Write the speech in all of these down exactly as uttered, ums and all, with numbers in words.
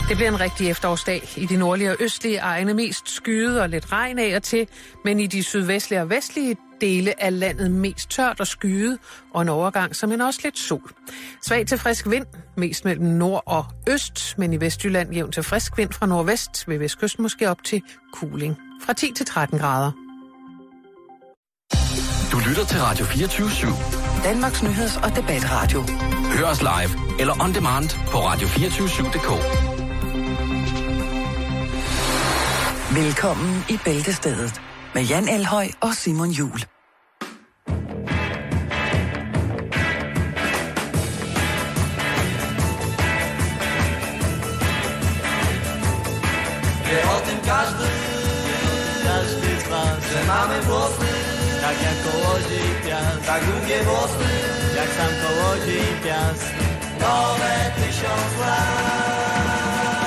Det bliver en rigtig efterårsdag. I de nordlige og østlige egne mest skyde og lidt regn af og til, men i de sydvestlige og vestlige dele af landet mest tørt og skyde, og en overgang, som en også lidt sol. Svag til frisk vind, mest mellem nord og øst, men i Vestjylland jævn til frisk vind fra nordvest, ved vestkysten måske op til kuling. Fra ti til tretten grader. Du lytter til Radio fireogtyve syv. Danmarks nyheds- og debatradio. Hør os live eller on demand på radio to fire syv punktum d k. Velkommen i Bæltestedet med Jan Elhøj og Simon Juhl. O tym każdy, każdy z was, że mamy włosy, tak jak kołodziej piast, tak długie włosy, jak sam kołodziej piast, nowe tysiąc lat.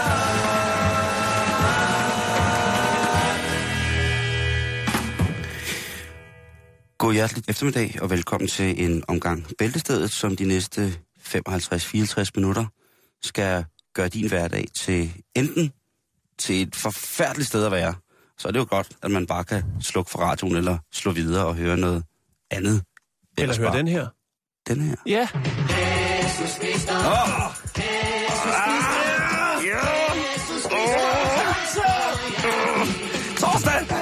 God hjerteligt eftermiddag, og velkommen til en omgang Bæltestedet, som de næste femoghalvtreds til fireogtres minutter skal gøre din hverdag til enten til et forfærdeligt sted at være, så er det jo godt, at man bare kan slukke for radioen, eller slå videre og høre noget andet. Eller høre den her. Den her? Ja. Jesus Kristus. Åh! Torsdag!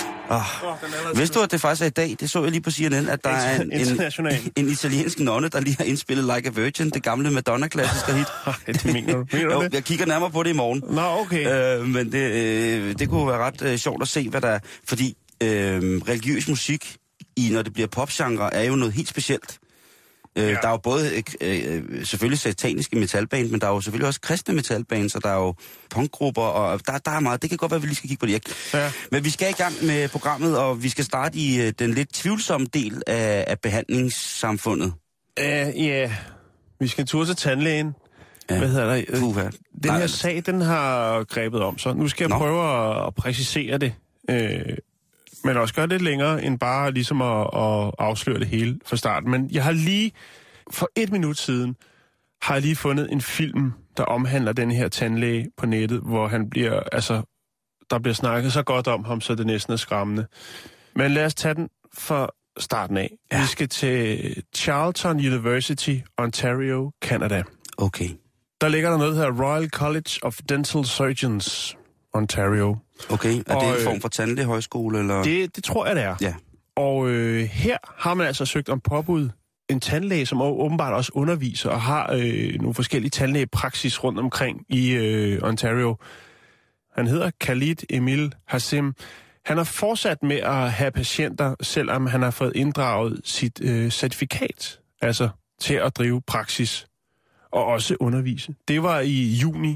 Oh. Vidste du, at det faktisk er i dag? Det så jeg lige på C N N, at der er en, en, en italiensk nonne, der lige har indspillet Like a Virgin, det gamle Madonna-klassiske hit. Det mener du? Mener du jo, det? jeg kigger nærmere på det i morgen. Nå, okay. Øh, men det, øh, det kunne være ret øh, sjovt at se, hvad der er. Fordi øh, religiøs musik, i, når det bliver popgenre, er jo noget helt specielt. Øh, ja. Der er jo både øh, selvfølgelig sataniske metalband, men der er jo selvfølgelig også kristne metalbands, og der er jo punkgrupper, og der, der er meget. Det kan godt være, at vi lige skal kigge på det, ikke? Ja. Men vi skal i gang med programmet, og vi skal starte i øh, den lidt tvivlsomme del af, af behandlingssamfundet. Uh, ja, yeah. Vi skal en tur til tandlægen. Ja. Hvad hedder det? Puha. Den Nej, her sag, den har grebet om sig. Nu skal jeg Nå. prøve at, at præcisere det. Øh, men også gøre det lidt længere, end bare ligesom at, at afsløre det hele fra starten. Men jeg har lige, for et minut siden, har jeg lige fundet en film, der omhandler den her tandlæge på nettet, hvor han bliver, altså, der bliver snakket så godt om ham, så det næsten er skræmmende. Men lad os tage den fra starten af. Ja. Vi skal til Charlton University, Ontario, Canada. Okay. Der ligger der noget, der hedder Royal College of Dental Surgeons, Ontario. Okay, er og, det en form for tandlægehøjskole, eller? Det, det tror jeg, det er. Ja. Og øh, her har man altså søgt om påbud en tandlæge, som åbenbart også underviser og har øh, nogle forskellige tandlægepraksis rundt omkring i øh, Ontario. Han hedder Khalid Emil Hassim. Han har fortsat med at have patienter, selvom han har fået inddraget sit øh, certifikat, altså til at drive praksis og også undervise. Det var i juni.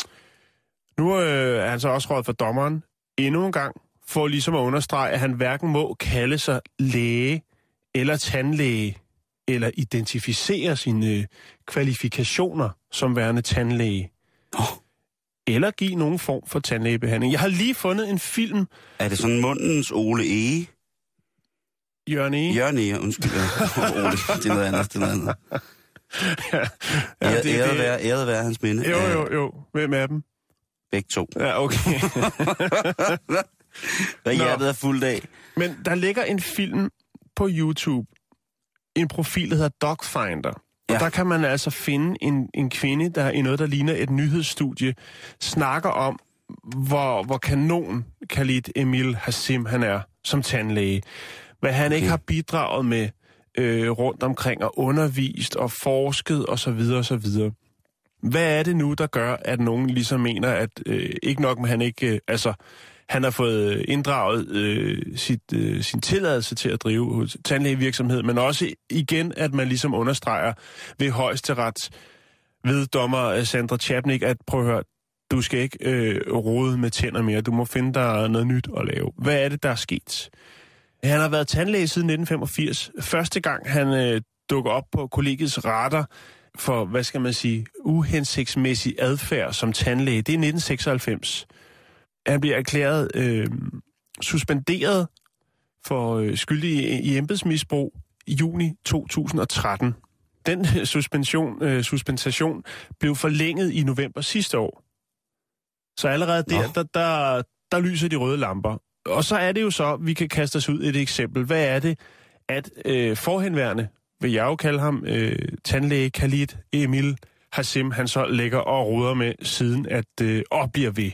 Nu øh, er han så også råd for dommeren endnu en gang, for ligesom at understrege, at han hverken må kalde sig læge eller tandlæge, eller identificere sine øh, kvalifikationer som værende tandlæge. Oh. Eller give nogen form for tandlægebehandling. Jeg har lige fundet en film. Er det sådan mundens Ole Ege? Jørgen Ege? Jørgen Ege, undskyld. Ole, det er noget andet, det er noget andet. ja, ja, æret, det, æret, det... være, æret være hans minde. Jo, jo, jo. Hvem er dem? Begge to. Ja, okay. Hvad hjertet er fuldt af. Men der ligger en film på YouTube. En profil, der hedder Dogfinder. Ja. Og der kan man altså finde en, en kvinde, der i noget, der ligner et nyhedsstudie, snakker om, hvor, hvor kanon Khalid Emil Hassim han er som tandlæge. Hvad han okay. ikke har bidraget med øh, rundt omkring og undervist og forsket osv. osv. Hvad er det nu, der gør, at nogen ligesom mener, at øh, ikke nok med han ikke... Øh, altså, han har fået inddraget øh, sit, øh, sin tilladelse til at drive tandlægevirksomhed, men også igen, at man ligesom understreger ved højesteret ved dommer Sandra Chapnik, at prøv at høre, du skal ikke øh, rode med tænder mere, du må finde dig noget nyt at lave. Hvad er det, der er sket? Han har været tandlæge siden nitten femogfirs. Første gang han øh, dukker op på kollegiets radar for, hvad skal man sige, uhensigtsmæssig adfærd som tandlæge, det er nitten seksoghalvfems. Han bliver erklæret øh, suspenderet for øh, skyldig i, i embedsmisbrug i juni to tusind og tretten. Den suspension, øh, suspension blev forlænget i november sidste år. Så allerede der, der, der, der lyser de røde lamper. Og så er det jo så, vi kan kaste os ud et eksempel. Hvad er det, at øh, forhenværende, vil jeg jo kalde ham, øh, tandlæge Khalid Emil Hassim, han så lægger og roder med siden, at øh, og bliver ved.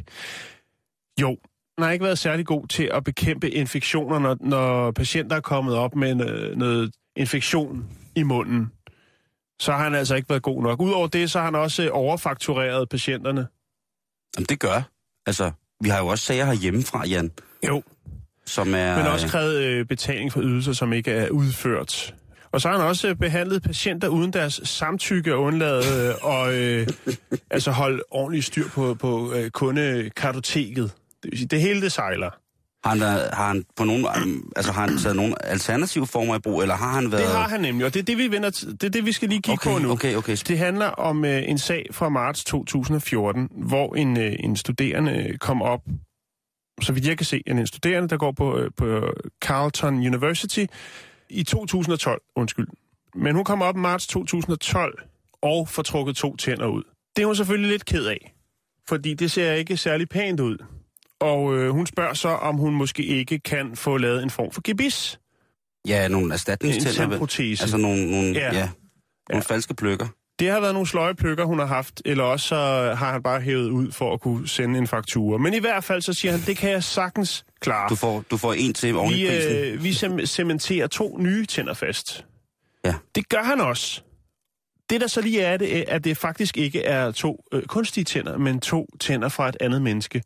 Jo, han har ikke været særlig god til at bekæmpe infektioner, når, når patienter er kommet op med noget, noget infektion i munden. Så har han altså ikke været god nok. Udover det, så har han også overfaktureret patienterne. Jamen, det gør. Altså, vi har jo også sager herhjemmefra, Jan. Jo. Som er... Men også krævet øh, betaling for ydelser, som ikke er udført. Og så har han også behandlet patienter uden deres samtykke og undladet og øh, altså holde ordentligt styr på, på øh, kundekartoteket. Det vil sige, det hele det sejler. Har han, der, har han på nogen, altså har han taget nogle alternative former i brug, eller har han været... Det har han nemlig, og det er det, vi, vender t- det, er det, vi skal lige kigge okay, på nu. Okay, okay. Det handler om øh, en sag fra marts to tusind og fjorten, hvor en, øh, en studerende kom op, så vidt jeg kan se, en studerende, der går på, øh, på Carleton University i to tusind og tolv, undskyld. Men hun kom op i marts to tusind og tolv og får trukket to tænder ud. Det er hun selvfølgelig lidt ked af, fordi det ser ikke særlig pænt ud. Og øh, hun spørger så, om hun måske ikke kan få lavet en form for gebis. Ja, nogle erstatningstænder. En tandprotese. Altså nogle, nogle, ja. Ja, nogle ja. falske pløkker. Det har været nogle sløje pløkker, hun har haft, eller også så har han bare hævet ud for at kunne sende en faktura. Men i hvert fald så siger han, det kan jeg sagtens klare. Du får, du får en til oven i prisen. Øh, vi cementerer to nye tænder fast. Ja. Det gør han også. Det der så lige er, det, at det faktisk ikke er to øh, kunstige tænder, men to tænder fra et andet menneske.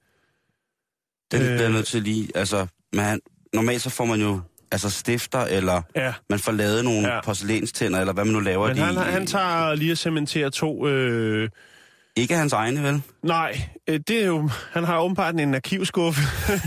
Den øh, bliver nødt til lige, altså, man, normalt så får man jo altså stifter, eller ja. man får lavet nogle ja. porcelænstænder, eller hvad man nu laver. Men de, han, han tager lige at cementere to... Øh... Ikke hans egne, vel? Nej, det er jo... Han har åbenbart en arkivskuffe.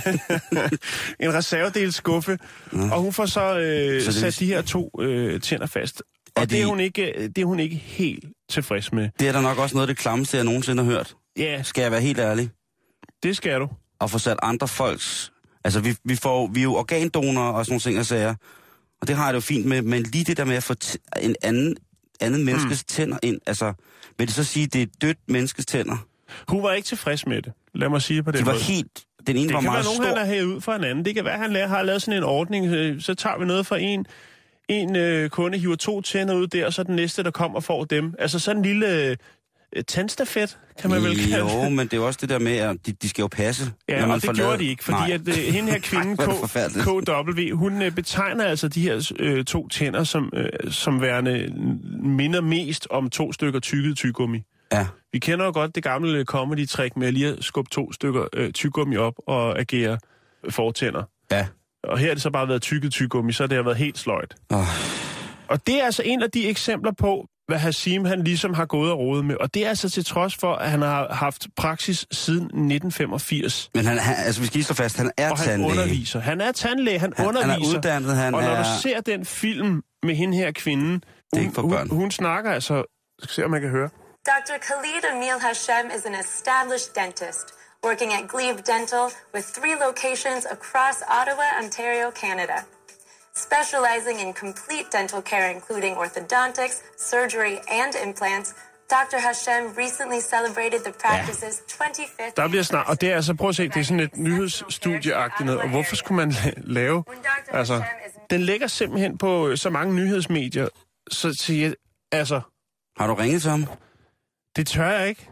En reservedelsskuffe. Ja. Og hun får så, øh, så sat de her to øh, tænder fast. Og er det, det, er hun ikke, det er hun ikke helt tilfreds med. Det er der nok også noget af det klammeste, jeg nogensinde har hørt. Ja. Skal jeg være helt ærlig? Det skal du. Og få sat andre folks... Altså, vi, vi, får, vi er jo organdonorer og sådan nogle ting, jeg siger. Og det har jeg det jo fint med. Men lige det der med at få t- en anden, anden menneskes mm. tænder ind. Altså, vil det så sige, at det er dødt menneskes tænder? Hun var ikke tilfreds med det. Lad mig sige på den måde. måde. Det var helt... Den ene det var kan meget være nogen, stor. han har hævet ud fra en anden. Det kan være, han har lavet sådan en ordning. Så tager vi noget fra en... En øh, kunde hiver to tænder ud der, og så den næste, der kommer, får dem. Altså sådan en lille øh, tandstafet, kan man vel kalde det. Jo, men det er jo også det der med, at de, de skal jo passe. Ja, og det gjorde de ikke, fordi Nej. at, øh, hende her kvinden, K W, hun øh, betegner altså de her øh, to tænder som, øh, som værende minder mest om to stykker tykket tyggegummi. Ja. Vi kender jo godt det gamle comedy-trick med at lige at skubbe to stykker øh, tyggegummi op og agere fortænder. Ja. Og her er det så bare været tykket tyggegummi, så det har været helt sløjt. Oh. Og det er altså en af de eksempler på, hvad Hassim han ligesom har gået og rodet med. Og det er altså til trods for, at han har haft praksis siden nitten femogfirs. Men han, han altså vi skal lige slå fast, han er og tandlæge. Og han underviser. Han er tandlæge, han, han underviser. Han er uddannet, han og når er... du ser den film med hende her kvinde, hun, hun, hun snakker altså... Jeg skal se, om jeg kan høre. Doctor Khalid Emil Hashem is an established dentist, working at Glebe Dental with three locations across Ottawa, Ontario, Canada. Specializing in complete dental care, including orthodontics, surgery, and implants, Doctor Hashem recently celebrated the practice's twenty-fifth... Der bliver snart, og det er altså, prøv at se, det er sådan et nyhedsstudieagtigt noget, og hvorfor skulle man lave... Altså, den ligger simpelthen på så mange nyhedsmedier, så siger altså... Har du ringet til ham? Det tør jeg ikke.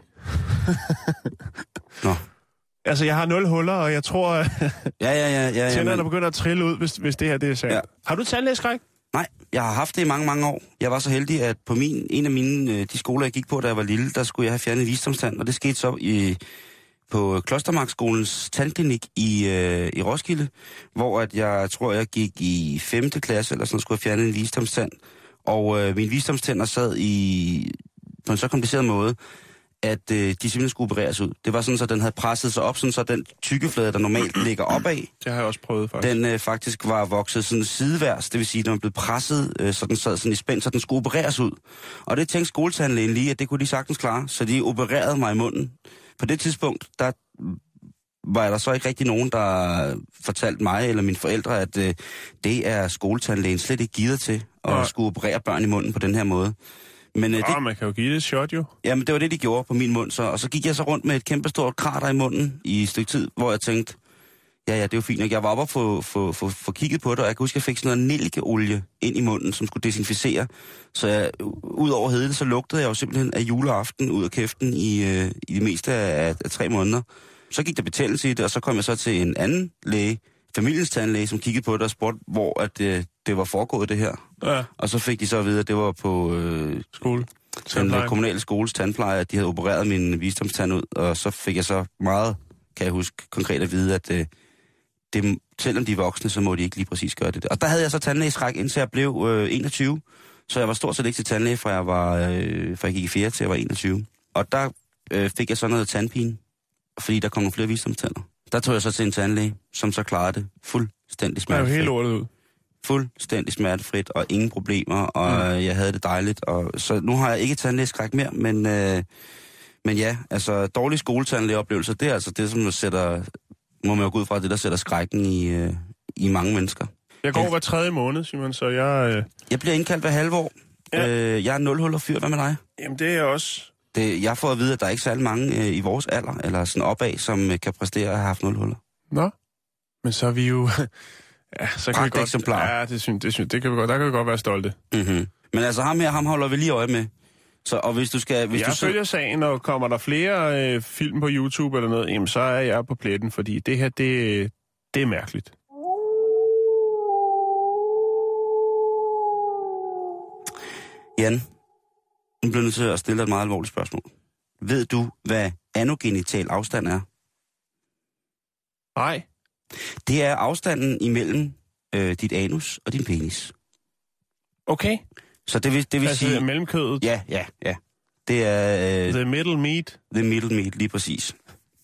Nå. Altså, jeg har nul huller, og jeg tror, at ja, ja, ja, ja, tænderne men... begynder at trille ud, hvis, hvis det her det er sandt. Ja. Har du tandlægeskræk? Nej, jeg har haft det i mange, mange år. Jeg var så heldig, at på min, en af mine, de skoler, jeg gik på, da jeg var lille, der skulle jeg have fjernet visdomstand, og det skete så i, på Klostermarkskolens tandklinik i, øh, i Roskilde, hvor at jeg tror, jeg gik i femte klasse, eller sådan, skulle jeg fjerne en visdomstand, og øh, mine visdomstænder sad i, på en så kompliceret måde, at øh, de simpelthen skulle opereres ud. Det var sådan, så den havde presset sig op, sådan, så den tykkeflade, der normalt ligger opad, det har jeg også prøvet, faktisk. Den øh, faktisk var vokset sådan sideværs, det vil sige, at den var blevet presset, øh, så den sad sådan i spænd, så den skulle opereres ud. Og det tænkte skoletandlægen lige, at det kunne de sagtens klare, så de opererede mig i munden. På det tidspunkt, der var der så ikke rigtig nogen, der fortalte mig eller mine forældre, at øh, det er skoletandlægen slet ikke givet til at ja. skulle operere børn i munden på den her måde. Men, øh, det, oh, man kan jo give det et shot, jo. Jamen, det var det, de gjorde på min mund. Så, og så gik jeg så rundt med et kæmpestort krater i munden i et stykke tid, hvor jeg tænkte, ja, ja, det er jo fint. Og jeg var oppe og få, få, få, få kigget på det, og jeg kan huske, at jeg fik sådan noget nellikeolie ind i munden, som skulle desinficere. Så jeg, ud over hele, så lugtede jeg jo simpelthen af juleaften ud af kæften i, øh, i det meste af, af tre måneder. Så gik der betændelse i det, og så kom jeg så til en anden læge, familiens tandlæge, som kiggede på det og spurgte, hvor at, øh, det var foregået, det her. Ja. Og så fik de så at vide, at det var på øh, skole. Den øh, kommunale skoles tandpleje, at de havde opereret min visdomstand ud, og så fik jeg så meget, kan jeg huske, konkret at vide, at øh, det, selvom de er voksne, så må de ikke lige præcis gøre det. Og der havde jeg så tandlægeskræk, indtil jeg blev øh, enogtyve, så jeg var stort set ikke til tandlæge, fra jeg, var, øh, fra jeg gik i fjerde til jeg var enogtyve. Og der øh, fik jeg så noget tandpine, fordi der kom nogle flere visdomstænder. Der tog jeg så til en tandlæge, som så klarede det fuldstændig smertefrit. Det er jo helt lortet ud. Fuldstændig smertefrit, og ingen problemer, og mm. jeg havde det dejligt. Og, så nu har jeg ikke tandlægeskræk mere, men, øh, men ja, altså dårlige skoletandlægeoplevelser, det er altså det, som sætter, må man jo gå ud fra, det der sætter skrækken i, øh, i mange mennesker. Jeg går hver tredje måned, Simon, så jeg... Øh... Jeg bliver indkaldt hver halve år. Ja. Øh, jeg er nul-huller fyr, hvad med dig? Jamen, det er jeg også. Det, jeg får at vide, at der er ikke særlig mange øh, i vores alder, eller sådan opad, som øh, kan præstere at have haft nul huller. Nå, men så er vi jo... ja, så kan vi godt... Eksemplar. Ja, det, synes, det, synes, det kan vi godt, der kan vi godt være stolte. Mm-hmm. Men altså ham her, ham holder vi lige øje med. Så, og hvis du skal... Hvis jeg du følger sagen, og kommer der flere øh, film på YouTube eller noget, jamen så er jeg på pletten, fordi det her, det, det er mærkeligt. Jan, nu bliver nødt til at stille dig et meget alvorligt spørgsmål. Ved du, hvad anogenital afstand er? Nej. Det er afstanden imellem øh, dit anus og din penis. Okay. Så det vil, det vil altså sige... Altså mellemkødet? Ja, ja, ja. Det er... Øh, the middle meat? The middle meat, lige præcis.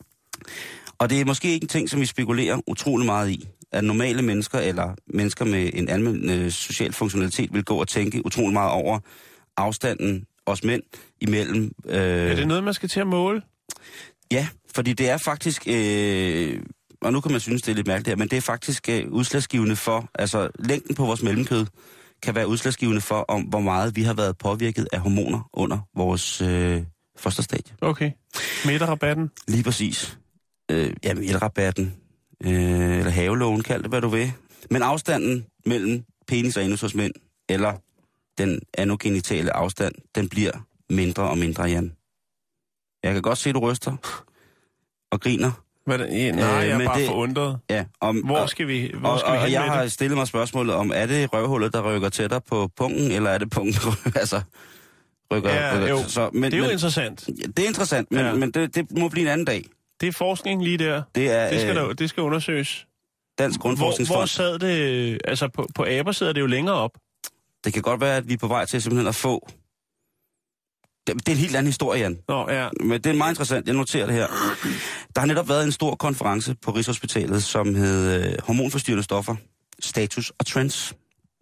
Og det er måske ikke en ting, som vi spekulerer utrolig meget i. At normale mennesker, eller mennesker med en almen øh, social funktionalitet, vil gå og tænke utrolig meget over afstanden, os mænd, imellem... Øh, er det noget, man skal til at måle? Ja, fordi det er faktisk... Øh, og nu kan man synes, det er lidt mærkeligt her, men det er faktisk øh, udslagsgivende for... Altså, længden på vores mellemkød kan være udslagsgivende for, om hvor meget vi har været påvirket af hormoner under vores øh, fosterstadie. Okay. Mæterabatten? Lige præcis. Øh, ja, mæterabatten. Øh, eller havelågen, kald det, hvad du vil. Men afstanden mellem penis og anus hos mænd, eller den anogenitale afstand, den bliver mindre og mindre, Jan. Jeg kan godt se, du ryster og griner. Hvad det? Ja, nej, øh, jeg er bare det, forundret. Ja, om, hvor skal vi, hvor og, skal vi hen og jeg med har det? stillet mig spørgsmålet om, er det røvhullet, der rykker tættere på punkten, eller er det punkten, altså rykker... Ja, rykker jo. Så, men, det er jo men, interessant. Ja, det er interessant, men, ja. men det, det må blive en anden dag. Det er forskning lige der. Det, er, det, skal, der, det skal undersøges. Dansk Grundforskningsfond. Hvor, hvor sad det... Altså, på, på aber sidder det jo længere op. Det kan godt være, at vi er på vej til simpelthen at få... Det, det er en helt anden historie, Jan. Nå, ja. Men det er meget interessant. Jeg noterer det her. Der har netop været en stor konference på Rigshospitalet, som hed øh, hormonforstyrrende stoffer, status og trends.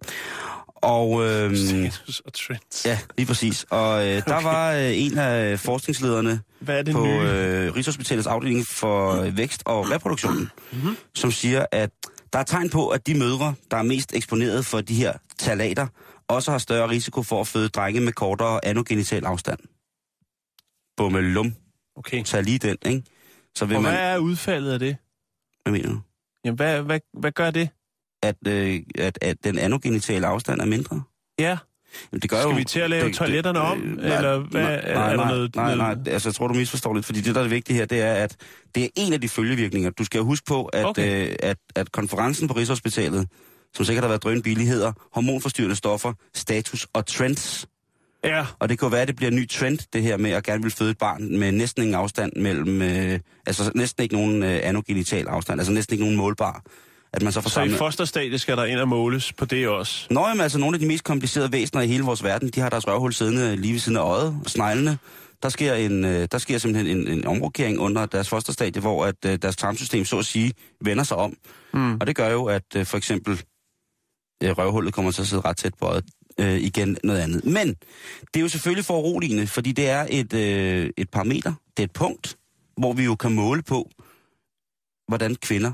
Og, øhm, status og trends. Ja, lige præcis. Og øh, der okay. var øh, en af forskningslederne på øh, Rigshospitalets afdeling for vækst og reproduktionen, mm-hmm. som siger, at der er tegn på, at de mødre, der er mest eksponeret for de her ftalater, også har større risiko for at føde drenge med kortere anogenital afstand. Bummelum. Okay. Så lige den, ikke? Så vil og man... hvad er udfaldet af det? Hvad mener du? Jamen, hvad, hvad, hvad gør det? At, øh, at, at den anogenitale afstand er mindre? Ja. Jamen, det gør Skal jo, vi til at lave det, toiletterne om? Det, eller hvad, nej, er, nej, er der nej, noget... nej, nej, altså jeg tror, du misforstår lidt, fordi det, der er det vigtige her, det er, at det er en af de følgevirkninger. Du skal jo huske på, at, okay. øh, at, at konferencen på Rigshospitalet, som sikkert har været drøn billig, hedder hormonforstyrrende stoffer, status og trends. Ja. Og det kan jo være, at det bliver en ny trend, det her med at gerne vil føde et barn med næsten ingen afstand mellem... Øh, altså næsten ikke nogen øh, anogenital afstand, altså næsten ikke nogen målbar. At man så får så samlet... i fosterstadie skal der ind og måles på det også? Nå, jamen, altså nogle af de mest komplicerede væsener i hele vores verden, de har deres røvhul siddende lige ved siden af øjet og sneglene. Der sker, en, der sker simpelthen en, en omrokering under deres fosterstadie, hvor at, uh, deres tarmsystem, så at sige, vender sig om. Mm. Og det gør jo, at uh, for eksempel uh, røvhullet kommer til at sidde ret tæt på øjet. Uh, igen noget andet. Men det er jo selvfølgelig foruroligende, fordi det er et, uh, et parameter, det er et punkt, hvor vi jo kan måle på, hvordan kvinder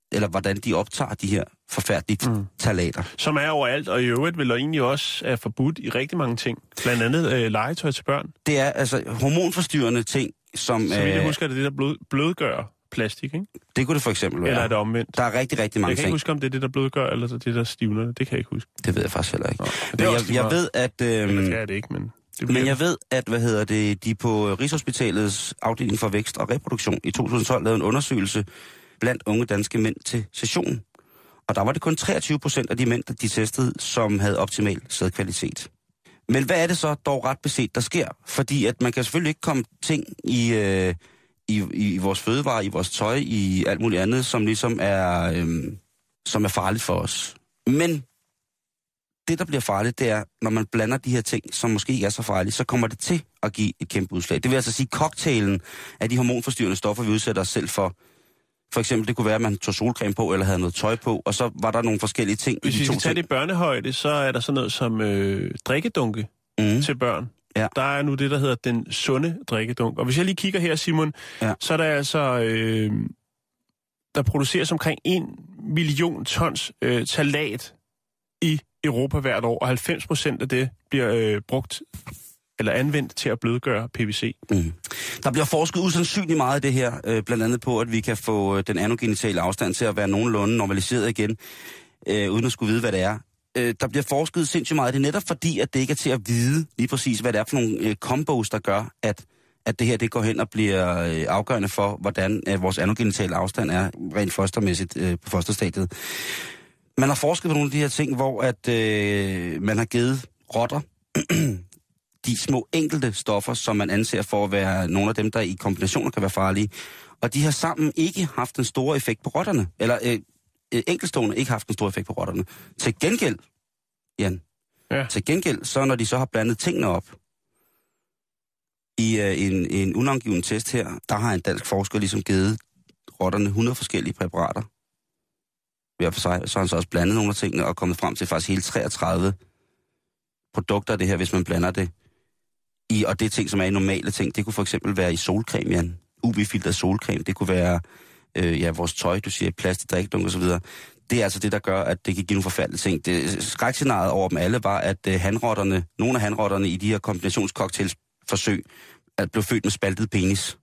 eller hvordan de optager de her forfærdelige mm. talater. Som er overalt, og i øvrigt vil der egentlig også er forbudt i rigtig mange ting. Blandt andet øh, legetøj til børn. Det er altså hormonforstyrrende ting, som... Så vidt jeg husker, er det det, der blød, blødgør plastik, ikke? Det kunne det for eksempel være. Eller er det omvendt? Der er rigtig, rigtig mange ting. Jeg kan ikke huske, om det er det, der blødgør, eller det, der stivner. Det kan jeg ikke huske. Det ved jeg faktisk heller ikke. Nå, men jeg, jeg, jeg ved, at... Øhm, det er det ikke, men... Det men jeg ved, at hvad hedder det, de på Rigshospitalets afdeling for vækst og reproduktion i to tusind og tolv lavede en undersøgelse blandt unge danske mænd til session. Og der var det kun treogtyve procent af de mænd, der de testede, som havde optimal sædkvalitet. Men hvad er det så dog ret beset, der sker? Fordi at man kan selvfølgelig ikke komme ting i, øh, i, i vores fødevarer, i vores tøj, i alt muligt andet, som ligesom er, øh, som er farligt for os. Men det, der bliver farligt, det er, når man blander de her ting, som måske ikke er så farlige, så kommer det til at give et kæmpe udslag. Det vil altså sige, cocktailen af de hormonforstyrrende stoffer, vi udsætter os selv for. For eksempel, det kunne være, at man tog solcreme på, eller havde noget tøj på, og så var der nogle forskellige ting. Hvis i de vi to skal tage det i børnehøjde, så er der sådan noget som øh, drikkedunke mm. til børn. Ja. Der er nu det, der hedder den sunde drikkedunk. Og hvis jeg lige kigger her, Simon, ja. så er der altså... Øh, der produceres omkring en million tons øh, talat i Europa hvert år, og halvfems procent af det bliver øh, brugt eller anvendt til at blødgøre P V C. Mm. Der bliver forsket usandsynligt meget af det her, øh, blandt andet på, at vi kan få den anogenitale afstand til at være nogenlunde normaliseret igen, øh, uden at skulle vide, hvad det er. Øh, der bliver forsket sindssygt meget af det, netop fordi, at det ikke er til at vide lige præcis, hvad det er for nogle øh, combos, der gør, at, at det her det går hen og bliver øh, afgørende for, hvordan øh, vores anogenitale afstand er rent fostermæssigt øh, på fosterstadiet. Man har forsket på nogle af de her ting, hvor at, øh, man har givet rotter de små enkelte stoffer, som man anser for at være nogle af dem, der i kombinationer kan være farlige. Og de har sammen ikke haft en stor effekt på rotterne. Eller øh, enkeltstående ikke haft en stor effekt på rotterne. Til gengæld, Jan, ja. til gengæld, så når de så har blandet tingene op i øh, en, en unangiven test her, der har en dansk forsker ligesom givet rotterne hundrede forskellige præparater. Hver for sig, så har han så også blandet nogle af tingene og kommet frem til faktisk hele treogtredive produkter af det her, hvis man blander det i, og det er ting, som er i normale ting. Det kunne for eksempel være i solcreme, Jan. U V-filtret solcreme. Det kunne være øh, ja, vores tøj, du siger, plastik, drikkedunk og så videre. Det er altså det, der gør, at det kan give nogle forfærdelige ting. Det, skrækscenariet over dem alle var, at øh, hanrotterne, nogle af hanrotterne i de her kombinationscocktailsforsøg, at blev født med spaltet penis.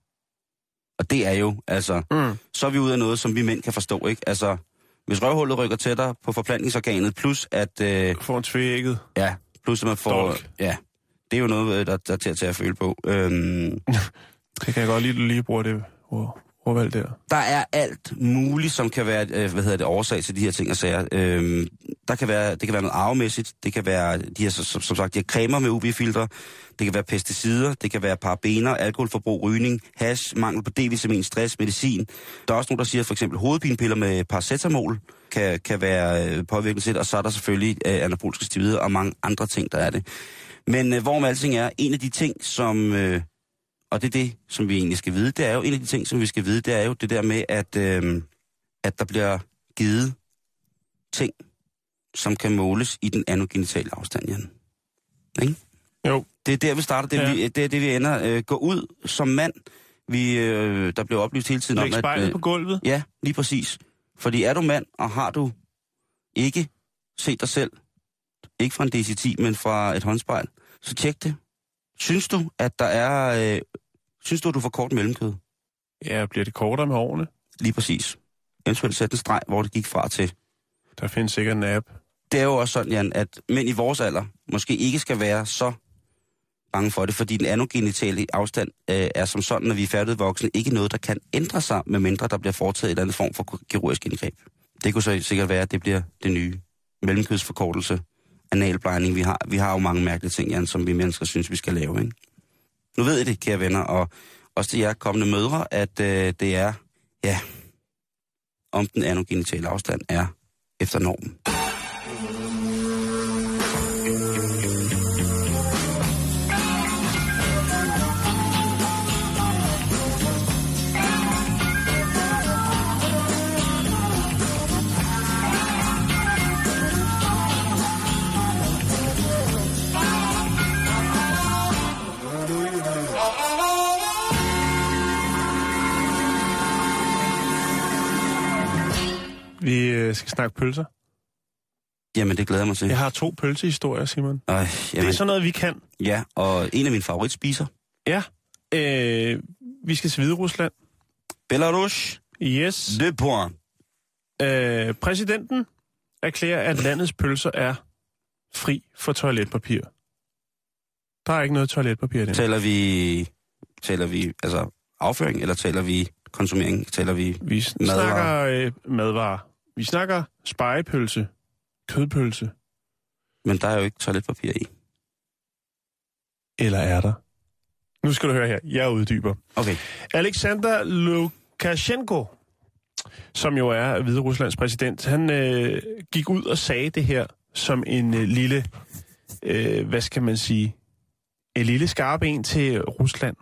Og det er jo, altså, mm. så er vi ude af noget, som vi mænd kan forstå, ikke? Altså, hvis røvhullet rykker tættere på forplantningsorganet, plus at... Øh, får en tvægget. Ja, plus at man får... Stork. Ja, det er jo noget, der, der er til at tage at føle på. Øhm, det kan jeg godt lige, lige bruge det ordvalg der. Der er alt muligt, som kan være øh, hvad hedder det, årsag til de her ting og sager. Øhm, der kan være, det kan være noget arvemæssigt. Det kan være, de her, som, som sagt, de her cremer med U V-filtre. Det kan være pesticider. Det kan være parabener, alkoholforbrug, rygning, hash, mangel på D-vitamin, stress, medicin. Der er også nogen, der siger, at for eksempel hovedpinepiller med paracetamol kan, kan være påvirkende til, og så er der selvfølgelig øh, anaboliske steroider og mange andre ting, der er det. Men øh, hvorom alting er, en af de ting, som... Øh, og det er det, som vi egentlig skal vide. Det er jo en af de ting, som vi skal vide, det er jo det der med, at, øh, at der bliver givet ting, som kan måles i den anogenitale afstand, Jan. Ikke? Jo. Det er der, vi starter. Det, ja. vi, det er det, vi ender. Øh, gå ud som mand. Vi, øh, der bliver oplyst hele tiden Læg om, at... spejlet øh, på gulvet. Ja, lige præcis. Fordi er du mand, og har du ikke set dig selv, ikke fra en D C ti, men fra et håndspejl, så tjek det. Synes du, at der er... Øh, synes du, at du får kort mellemkød? Ja, bliver det kortere med årene? Lige præcis. Eventuelt sætte en streg, hvor det gik fra til. Der findes sikkert en app. Det er jo også sådan, Jan, at mænd i vores alder måske ikke skal være så bange for det, fordi den anogenitale afstand øh, er som sådan, når vi er færdigvoksne, ikke noget, der kan ændre sig, med mindre der bliver foretaget et eller andet form for kirurgisk indgreb. Det kunne så sikkert være, at det bliver det nye. Mellemkødsforkortelse, analplejning. Vi har, vi har jo mange mærkelige ting, Jan, som vi mennesker synes, vi skal lave, ikke? Nu ved I det, kære venner, og også til jer kommende mødre, at øh, det er, ja, om den anogenitale afstand er efter normen. øh, skal snakke pølser? Jamen, det glæder jeg mig til. Jeg har to pølsehistorier, Simon. Øj, jamen, det er sådan noget, vi kan. Ja, og en af mine favoritspiser. Ja. Øh, vi skal til Hviderusland. Belarus. Yes. De point. Øh, præsidenten erklærer, at landets pølser er fri for toiletpapir. Der er ikke noget toiletpapir i det. Taler vi, taler vi altså afføring, eller taler vi konsumering? Taler vi Vi madvarer? snakker øh, madvarer. Vi snakker spegepølse, kødpølse. Men der er jo ikke toiletpapir i. Eller er der? Nu skal du høre her. Jeg uddyber. Okay. Alexander Lukashenko, som jo er Hvideruslands præsident, han øh, gik ud og sagde det her som en øh, lille, øh, hvad skal man sige, en lille skarp en til Rusland.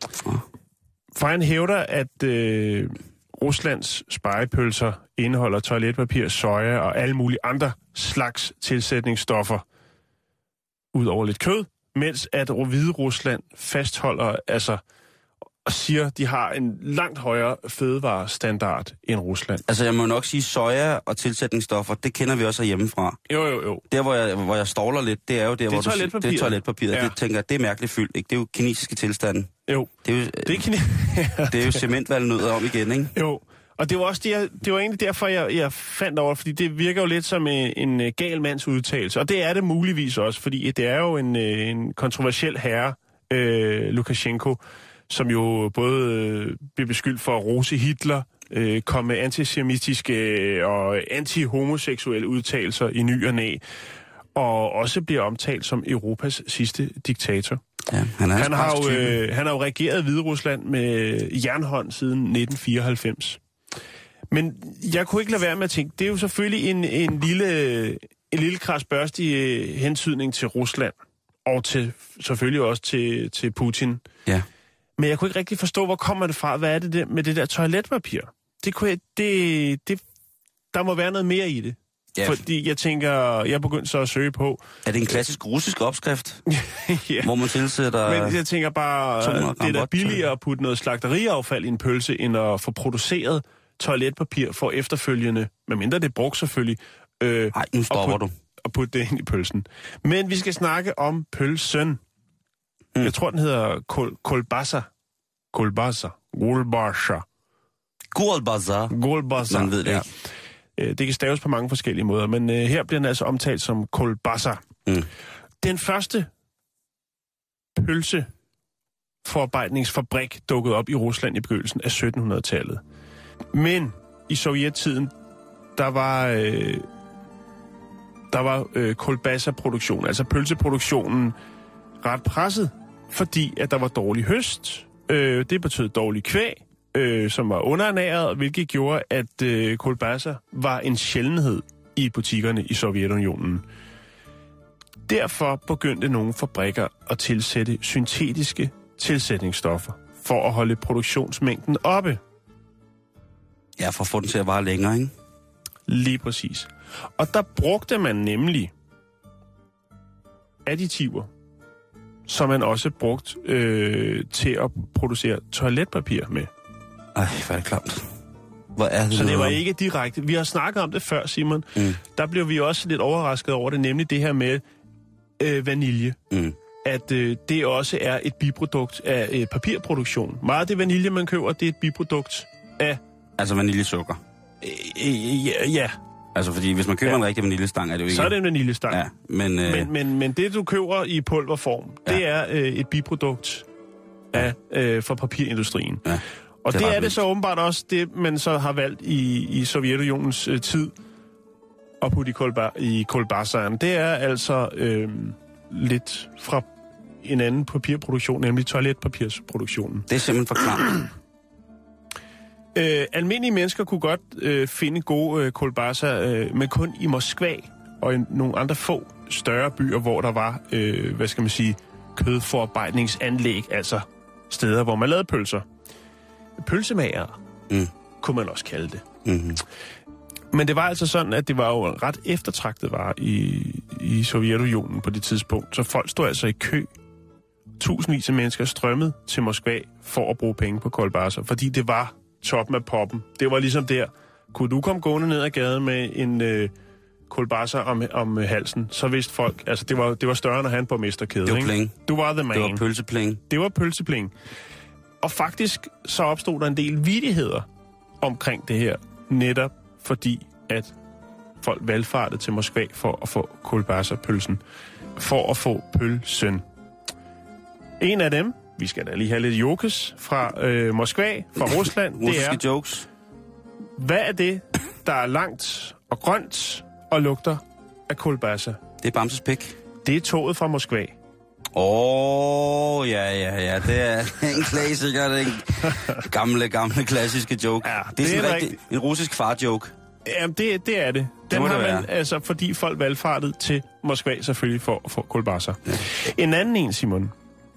For han hævder, at øh, Ruslands spegepølser indeholder toiletpapir, soja og alle mulige andre slags tilsætningsstoffer, ud over lidt kød, mens at Hviderusland fastholder, altså, og siger, at de har en langt højere fødevarestandard end Rusland. Altså, jeg må nok sige, soja og tilsætningsstoffer, det kender vi også hjemmefra. Jo, jo, jo. Der, hvor jeg, hvor jeg ståler lidt, det er jo der, det er hvor du toiletpapir. det er toiletpapiret. Ja. Det tænker jeg, det er mærkeligt fyldt, ikke? Det er jo kinesiske tilstande. Jo. Det er jo, det er, kine- det er jo cementvalnødder om igen, ikke? Jo. Og det var også det, jeg, det var egentlig derfor, jeg, jeg fandt over, fordi det virker jo lidt som en, en gal mands udtalelse. Og det er det muligvis også, fordi det er jo en, en kontroversiel herre, øh, Lukashenko, som jo både øh, bliver beskyldt for at rose Hitler, øh, komme med antisemitiske og anti-homoseksuelle udtalelser i ny og næ, og også bliver omtalt som Europas sidste diktator. Ja, han, er han, har jo, øh, han har jo regeret Hviderusland med jernhånd siden nitten fireoghalvfems. Men jeg kunne ikke lade være med at tænke, det er jo selvfølgelig en, en lille, en lille krasbørstig øh, hentydning til Rusland, og til, selvfølgelig også til, til Putin. Ja. Men jeg kunne ikke rigtig forstå, hvor kommer det fra? Hvad er det der, med det der toiletpapir? Det kunne jeg, det, det, der må være noget mere i det. Ja. Fordi jeg tænker, jeg begyndte så at søge på... Er det en klassisk russisk opskrift? Ja. Hvor man tilsætter... Men jeg tænker bare, det er da billigere at putte noget slagteriaffald i en pølse, end at få produceret toiletpapir for efterfølgende, medmindre det er brugt selvfølgelig. Øh, Nej, nu stopper og put, du. Og putte det ind i pølsen. Men vi skal snakke om pølsen. Mm. Jeg tror, den hedder kol, kolbasa. Kolbasa. Golbasa. Golbasa. Golbasa. Man ved det ja. ikke. Det kan staves på mange forskellige måder, men øh, her bliver den altså omtalt som kolbasa. Mm. Den første pølseforarbejdningsfabrik dukkede op i Rusland i begyndelsen af syttenhundredetallet. Men i sovjettiden, der var, øh, der var øh, kolbasa-produktion, altså pølseproduktionen, ret presset, fordi at der var dårlig høst. Øh, det betød dårlig kvæg, øh, som var underernæret, hvilket gjorde, at øh, kolbasa var en sjældenhed i butikkerne i Sovjetunionen. Derfor begyndte nogle fabrikker at tilsætte syntetiske tilsætningsstoffer for at holde produktionsmængden oppe. Ja, for at få den til at vare længere, ikke? Lige præcis. Og der brugte man nemlig additiver, som man også brugt øh, til at producere toiletpapir med. Ej, hvor er det klamt. Hvor er det Så det var noget? ikke direkte. Vi har snakket om det før, Simon. Mm. Der blev vi også lidt overrasket over det, nemlig det her med øh, vanilje. Mm. At øh, det også er et biprodukt af øh, papirproduktion. Meget af det vanilje, man køber, det er et biprodukt af... Altså vaniljesukker? Øh, øh, ja, ja. Altså, fordi hvis man køber ja. en rigtig vaniljestang, er det jo ikke... Så er det en vaniljestang. Ja, men, øh... men, men, men det, du køber i pulverform, ja. det er øh, et biprodukt af, øh, for papirindustrien. Ja. Og det, det er det vildt. Så åbenbart også det, man så har valgt i, i Sovjetunionens øh, tid at putte i, kolba, i kolbasaen. Det er altså øh, lidt fra en anden papirproduktion, nemlig toiletpapirsproduktionen. Det er simpelthen for klart. Øh, almindelige mennesker kunne godt øh, finde gode øh, kolbasa, øh, men kun i Moskva og i nogle andre få større byer, hvor der var, øh, hvad skal man sige, kødforarbejdningsanlæg, altså steder, hvor man lavede pølser. Pølsemager, mm. kunne man også kalde det. Mm-hmm. Men det var altså sådan, at det var jo ret eftertragtet var i, i Sovjetunionen på det tidspunkt, så folk stod altså i kø. Tusindvis af mennesker strømmede til Moskva for at bruge penge på kolbasa, fordi det var toppen af poppen. Det var ligesom der, kunne du komme gående ned ad gaden med en øh, kulbasser om, om øh, halsen, så vidste folk, altså det var, det var større end at have en borgmesterkæde. Det var ikke? pling. Du var the man. Det var pølsepling. Det var pølsepling. Og faktisk så opstod der en del vittigheder omkring det her, netop fordi, at folk valgfartede til Moskva for at få kulbasserpølsen, for at få pølsen. En af dem, vi skal da lige have lidt jokes fra øh, Moskva, fra Rusland, det er, jokes. Hvad er det, der er langt og grønt og lugter af kulbasser? Det er Bamses pik. Det er toget fra Moskva. Åh, oh, ja, ja, ja, det er en klassiker, det er en gamle, gamle, klassiske joke. Ja, det er, det sådan er rigtig, rigtig... en russisk far-joke. Jamen, det, det er det. Den det har det man, altså, fordi folk valgfartede til Moskva selvfølgelig for at få kulbasser. Ja. En anden en, Simon,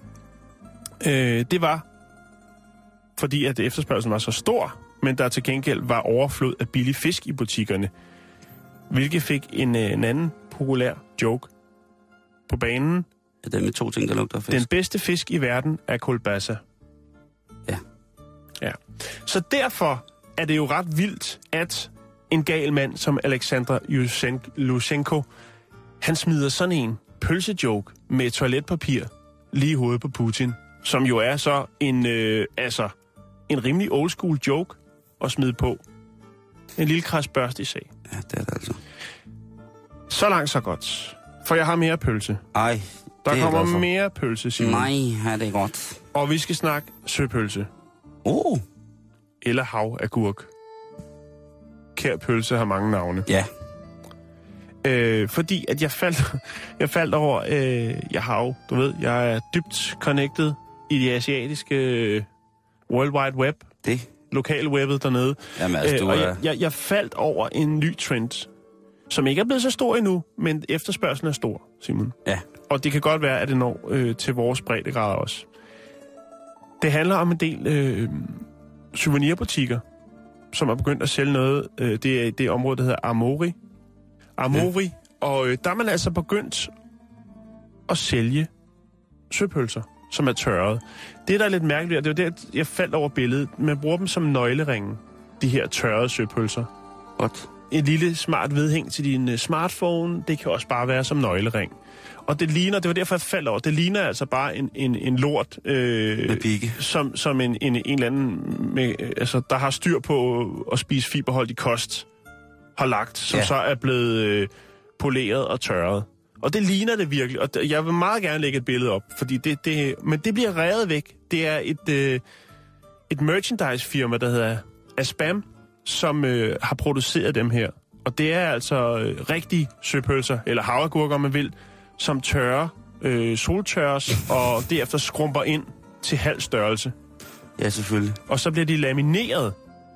øh, det var, fordi at efterspørgselen var så stor, men der til gengæld var overflod af billig fisk i butikkerne, hvilket fik en, en anden populær joke på banen. Ja, det er med to ting, der lugter af fisk. Den bedste fisk i verden er kulbasser. Ja. Ja. Så derfor er det jo ret vildt, at en gal mand som Alexander Lushenko, han smider sådan en pølsejoke med toiletpapir lige i hovedet på Putin, som jo er så en, øh, altså, en rimelig old school joke at smide på. En lille krasbørst i sag. Ja, det er det altså. Så langt, så godt. For jeg har mere pølse. Ej, Der kommer mere pølse, Simon. Nej, er det godt. Og vi skal snakke søpølse. Oh. Eller havagurk. Kær pølse har mange navne. Ja. Øh, fordi at jeg faldt, jeg faldt over, øh, jeg har jo, du ved, jeg er dybt connected i det asiatiske øh, World Wide Web. Det? Lokalwebbet dernede. Jamen altså, du øh, og er... jeg, jeg, jeg faldt over en ny trend, som ikke er blevet så stor endnu, men efterspørgselen er stor, Simon. Ja. Og det kan godt være, at det når øh, til vores breddegrader også. Det handler om en del øh, souvenirbutikker, som er begyndt at sælge noget. Øh, det er det område, der hedder Amori. Amori, ja. Og øh, der er man altså begyndt at sælge søpølser, som er tørret. Det, der er lidt mærkeligt, det var det, jeg faldt over billedet. Man bruger dem som nøgleringe, de her tørrede søpølser. What? Et lille smart vedhæng til din uh, smartphone, det kan også bare være som nøglering. Og det ligner, det var derfor, jeg faldt over, det ligner altså bare en, en, en lort, øh, som, som en, en, en eller anden, med, altså, der har styr på at spise fiberholdig kost, har lagt, som ja. så er blevet øh, poleret og tørret. Og det ligner det virkelig, og jeg vil meget gerne lægge et billede op, fordi det, det, men det bliver revet væk. Det er et, øh, et merchandise-firma, der hedder Aspam, som øh, har produceret dem her. Og det er altså øh, rigtige søpølser, eller havagurker, om man vil, som tørrer, øh, soltørres, og derefter skrumper ind til halv størrelse. Ja, selvfølgelig. Og så bliver de lamineret.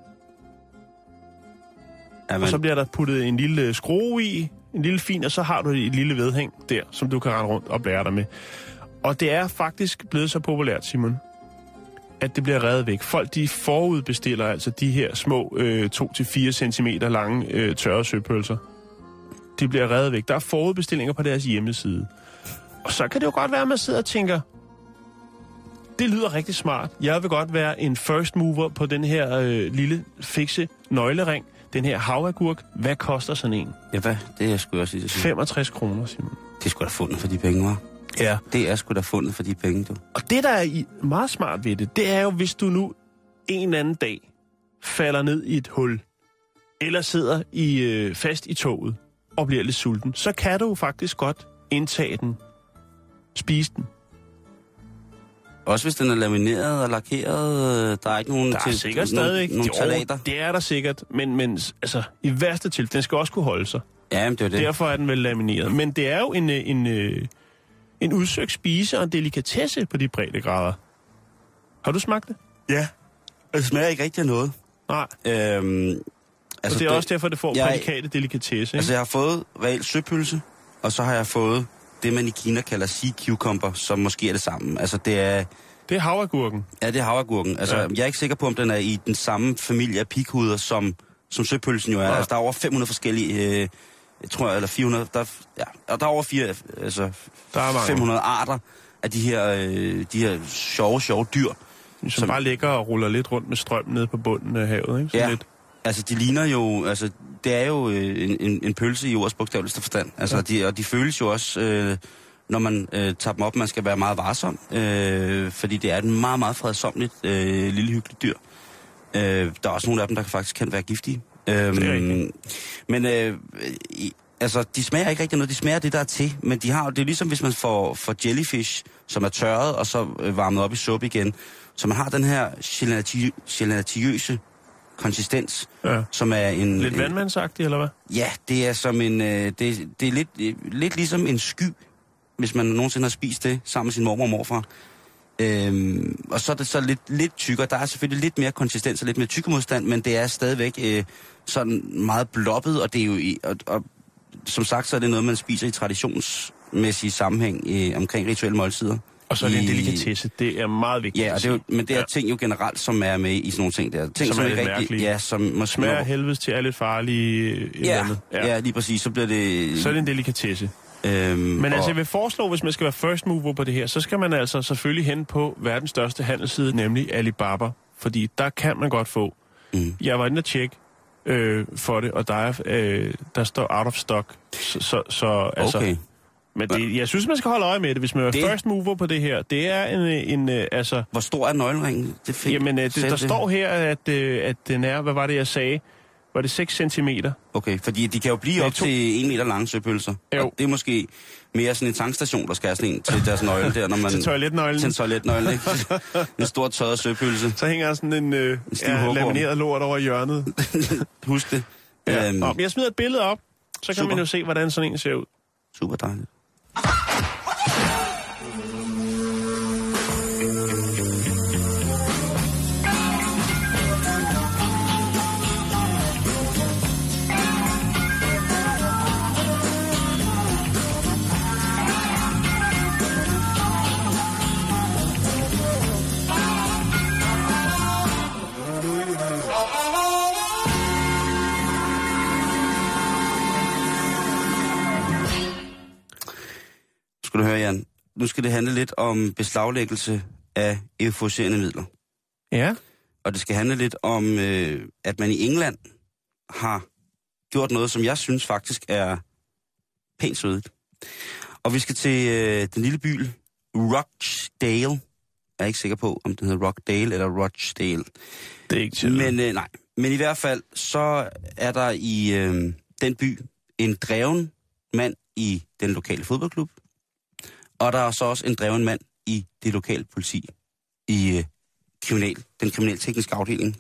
Jamen. Og så bliver der puttet en lille skrue i, en lille fin, og så har du et lille vedhæng der, som du kan rende rundt og blære dig med. Og det er faktisk blevet så populært, Simon, at det bliver revet væk. Folk, de forudbestiller altså de her små øh, to til fire centimeter lange øh, tørre søpølser. De bliver revet væk. Der er forudbestillinger på deres hjemmeside. Og så kan det jo godt være, at man sidder og tænker, det lyder rigtig smart. Jeg vil godt være en first mover på den her øh, lille fikse nøglering. Den her havagurk. Hvad koster sådan en? Ja, hvad? Det er sgu også lige sige. femogtres kroner, Simon. Det er sgu da fundet for de penge, hva'? Ja. Det er sgu da fundet for de penge, du. Og det, der er meget smart ved det, det er jo, hvis du nu en eller anden dag falder ned i et hul, eller sidder i, øh, fast i toget, og bliver lidt sulten, så kan du faktisk godt indtage den. Spise den. Også hvis den er lamineret og lakeret, der er ikke nogen... Der er til, sikkert stadig nogle talater. Det er der sikkert, men, men altså, i værste tilfælde, den skal også kunne holde sig. Ja, men det er det. Derfor er den vel lamineret. Men det er jo en, en, en, en udsøgt spise og en delikatesse på de breddegrader. Har du smagt det? Ja. Det smager ikke rigtig af noget. Nej. Øhm, altså og det er det, også derfor, det får jeg, prædikatet delikatesse. Ikke? Altså, jeg har fået reelt søpølse, og så har jeg fået det, man i Kina kalder sea cucumber, som måske er det samme. Altså, det er... Det er havagurken. Ja, det er havagurken. Altså, ja. Jeg er ikke sikker på, om den er i den samme familie af pighuder, som, som søpølsen jo er. Ja. Altså, der er over fem hundrede forskellige... Øh, jeg tror, eller fire hundrede... Der, ja, og der er over fire, altså, der er fem hundrede arter af de her, øh, de her sjove, sjove dyr. Som, som bare ligger og ruller lidt rundt med strøm nede på bunden af havet, ikke? Sådan ja, lidt. Altså, de ligner jo... Altså, det er jo en, en, en pølse i ordets bogstaveligste forstand. Altså, ja. de, og de føles jo også, øh, når man øh, tager dem op, man skal være meget varsom. Øh, fordi det er et meget, meget fredsomligt, øh, lille hyggeligt dyr. Øh, der er også nogle af dem, der faktisk kan være giftige. Øh, men øh, i, altså, de smager ikke rigtig noget. De smager det, der er til. Men de har, det er ligesom, hvis man får, får jellyfish, som er tørret, og så øh, varmet op i suppe igen. Så man har den her gelatiniøse konsistens, ja. Som er en... Lidt vandmandsagtig, eller hvad? Ja, det er som en... Øh, det, det er lidt, øh, lidt ligesom en sky, hvis man nogensinde har spist det sammen med sin mormor og morfar. Øhm, og så er det så lidt, lidt tykkere. Der er selvfølgelig lidt mere konsistens og lidt mere tykkemodstand, men det er stadigvæk øh, sådan meget bloppet, og det er jo... I, og, og, som sagt, så er det noget, man spiser i traditionsmæssig sammenhæng øh, omkring rituelle måltider. Og så er det en delikatesse. Det er meget vigtigt. Ja, og det er jo, men det er ja. ting jo generelt, som er med i sådan nogle ting der. Ting, som, som er ikke lidt rigtig, mærkelige. Ja, som måske... Smager helvedes til er lidt farlige. Ja, ja. ja, lige præcis. Så bliver det... Så er det en delikatesse. Øhm, men og... altså, jeg vil foreslå, hvis man skal være first mover på det her, så skal man altså selvfølgelig hen på verdens største handelsside, nemlig Alibaba. Fordi der kan man godt få. Mm. Jeg var inde og tjekke øh, for det, og der, er, øh, der står out of stock. Så, så, så altså... Okay. Men det, jeg synes, man skal holde øje med det, hvis man er det... first mover på det her. Det er en... en, en altså... Hvor stor er nøgleringen? Det fik... Jamen, det, der det. står her, at, at den er... Hvad var det, jeg sagde? Var det seks centimeter? Okay, fordi de kan jo blive op to... til en meter lange søpølser. Jo. Og det er måske mere sådan en tankstation, der skal have sådan en til deres nøgle der, når man... til toiletnøglen. Til toiletnøglen, ikke? En stor tørret søpølse. Så hænger sådan en, øh, en ja, lamineret lort over hjørnet. Husk det. Ja. Um... Jeg smider et billede op, så kan Super. man jo se, hvordan sådan en ser ud. Super dejligt. Skal du høre, Jan? Nu skal det handle lidt om beslaglæggelse af euforiserende midler. Ja. Og det skal handle lidt om, øh, at man i England har gjort noget, som jeg synes faktisk er pænt sødt. Og vi skal til øh, den lille by Rochdale. Jeg er ikke sikker på, om den hedder Rockdale eller Rochdale. Det er ikke til. Men øh, nej. Men i hvert fald, så er der i øh, den by en dreven mand i den lokale fodboldklub. Og der er så også en dreven mand i det lokale politi, i øh, kriminal, den kriminaltekniske afdeling.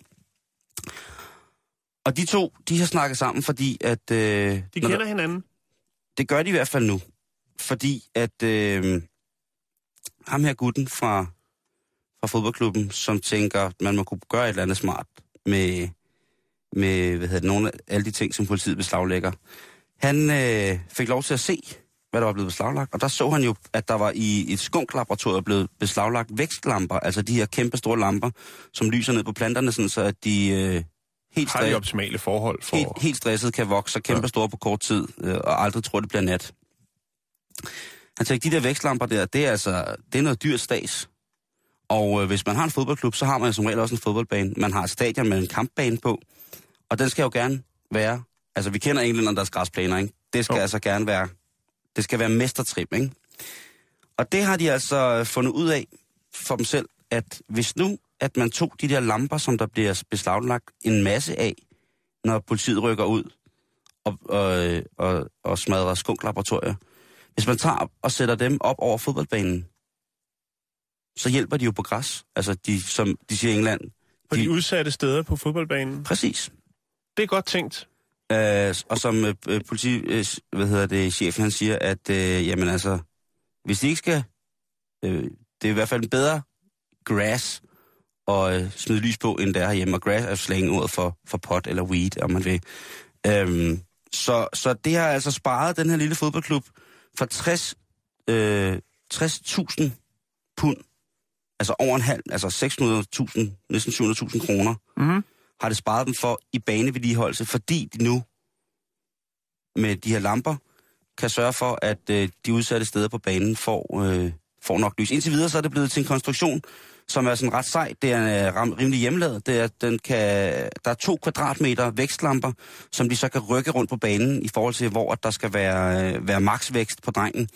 Og de to, de har snakket sammen, fordi at... Øh, de kender der, hinanden? Det gør de i hvert fald nu. Fordi at øh, ham her gutten fra, fra fodboldklubben, som tænker, man må kunne gøre et eller andet smart med, med hvad hedder det, nogle af alle de ting, som politiet beslaglægger. Han øh, fik lov til at se, hvad der var blevet beslaglagt, og der så han jo, at der var i et skunklaboratorium blevet beslaglagt vækstlamper, altså de her kæmpe store lamper, som lyser ned på planterne, sådan så at de øh, helt, har de optimale forhold for... helt, helt stresset kan vokse så kæmpe ja. store på kort tid, øh, og aldrig tror, det bliver nat. Han tænkte, de der vækstlamper der, det er altså det er noget dyrt stads. Og øh, hvis man har en fodboldklub, så har man som regel også en fodboldbane. Man har et stadion med en kampbane på, og den skal jo gerne være... Altså, vi kender englænderne, deres græsplaner, ikke? Det skal oh. altså gerne være... Det skal være mestertrip, ikke? Og det har de altså fundet ud af for dem selv, at hvis nu, at man tog de der lamper, som der bliver beslaglagt en masse af, når politiet rykker ud og, og, og, og smadrer skunklaboratorier. Hvis man tager og sætter dem op over fodboldbanen, så hjælper de jo på græs. Altså, de, som de siger i England... På de, de udsatte steder på fodboldbanen? Præcis. Det er godt tænkt. Uh, og som uh, politi, uh, hvad hedder det, chefen, han siger, at uh, jamen altså, hvis de ikke skal, uh, det er i hvert fald en bedre grass at uh, smide lys på, end der herhjemme. Og grass er slangordet for, for pot eller weed, om man vil. Um, så, så det har altså sparet den her lille fodboldklub for tres tusind pund, altså over en halv, altså seks hundrede tusind, næsten syv hundrede tusind kroner. Mhm. Har det sparet dem for i banevedligeholdelse, fordi de nu med de her lamper kan sørge for, at øh, de udsatte steder på banen får, øh, får nok lys. Indtil videre så er det blevet til en konstruktion, som er sådan ret sej. Det er uh, rimelig hjemmelavet. Det er, den kan, der er to kvadratmeter vækstlamper, som de så kan rykke rundt på banen i forhold til, hvor der skal være, uh, være maksvækst på drengen.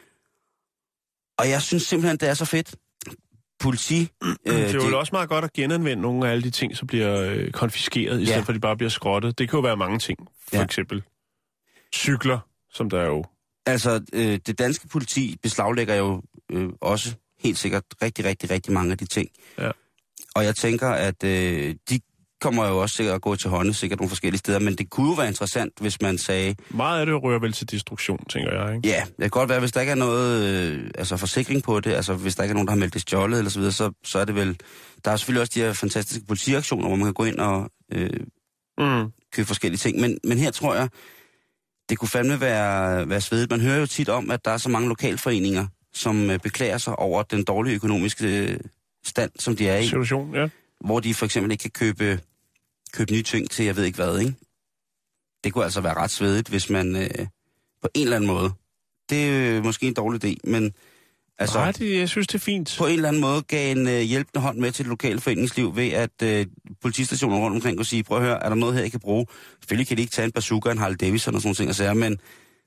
Og jeg synes simpelthen, det er så fedt. Politi... Øh, det er jo det... også meget godt at genanvende nogle af alle de ting, som bliver øh, konfiskeret, i stedet ja. for at de bare bliver skrottet. Det kan jo være mange ting. For ja. eksempel cykler, som der er jo... Altså, øh, det danske politi beslaglægger jo øh, også helt sikkert rigtig, rigtig, rigtig mange af de ting. Ja. Og jeg tænker, at øh, de kommer jo også sikkert at gå til hånden, sikkert nogle forskellige steder, men det kunne jo være interessant, hvis man sagde... Meget af det rører vel til destruktion, tænker jeg, ikke? Ja, det kan godt være, hvis der ikke er noget øh, altså forsikring på det, altså hvis der ikke er nogen, der har meldt det stjålet eller så videre, så, så er det vel... Der er selvfølgelig også de her fantastiske politiaktioner, hvor man kan gå ind og øh, mm. købe forskellige ting, men, men her tror jeg, det kunne fandme være, være svedigt. Man hører jo tit om, at der er så mange lokalforeninger, som øh, beklager sig over den dårlige økonomiske øh, stand, som de er i. Situation, ja. Hvor de for eksempel ikke kan købe, købe nye ting til, jeg ved ikke hvad, ikke? Det kunne altså være ret svedigt, hvis man øh, på en eller anden måde, det er øh, måske en dårlig idé, men altså... Nej, det, jeg synes, det er fint. På en eller anden måde gav en øh, hjælpende hånd med til det lokale foreningsliv ved, at øh, politistationer rundt omkring kunne sige, prøv at høre, er der noget her, jeg kan bruge? Selvfølgelig kan de ikke tage en bazooka, en Harley Davidson og sådan nogle ting, og sager, men,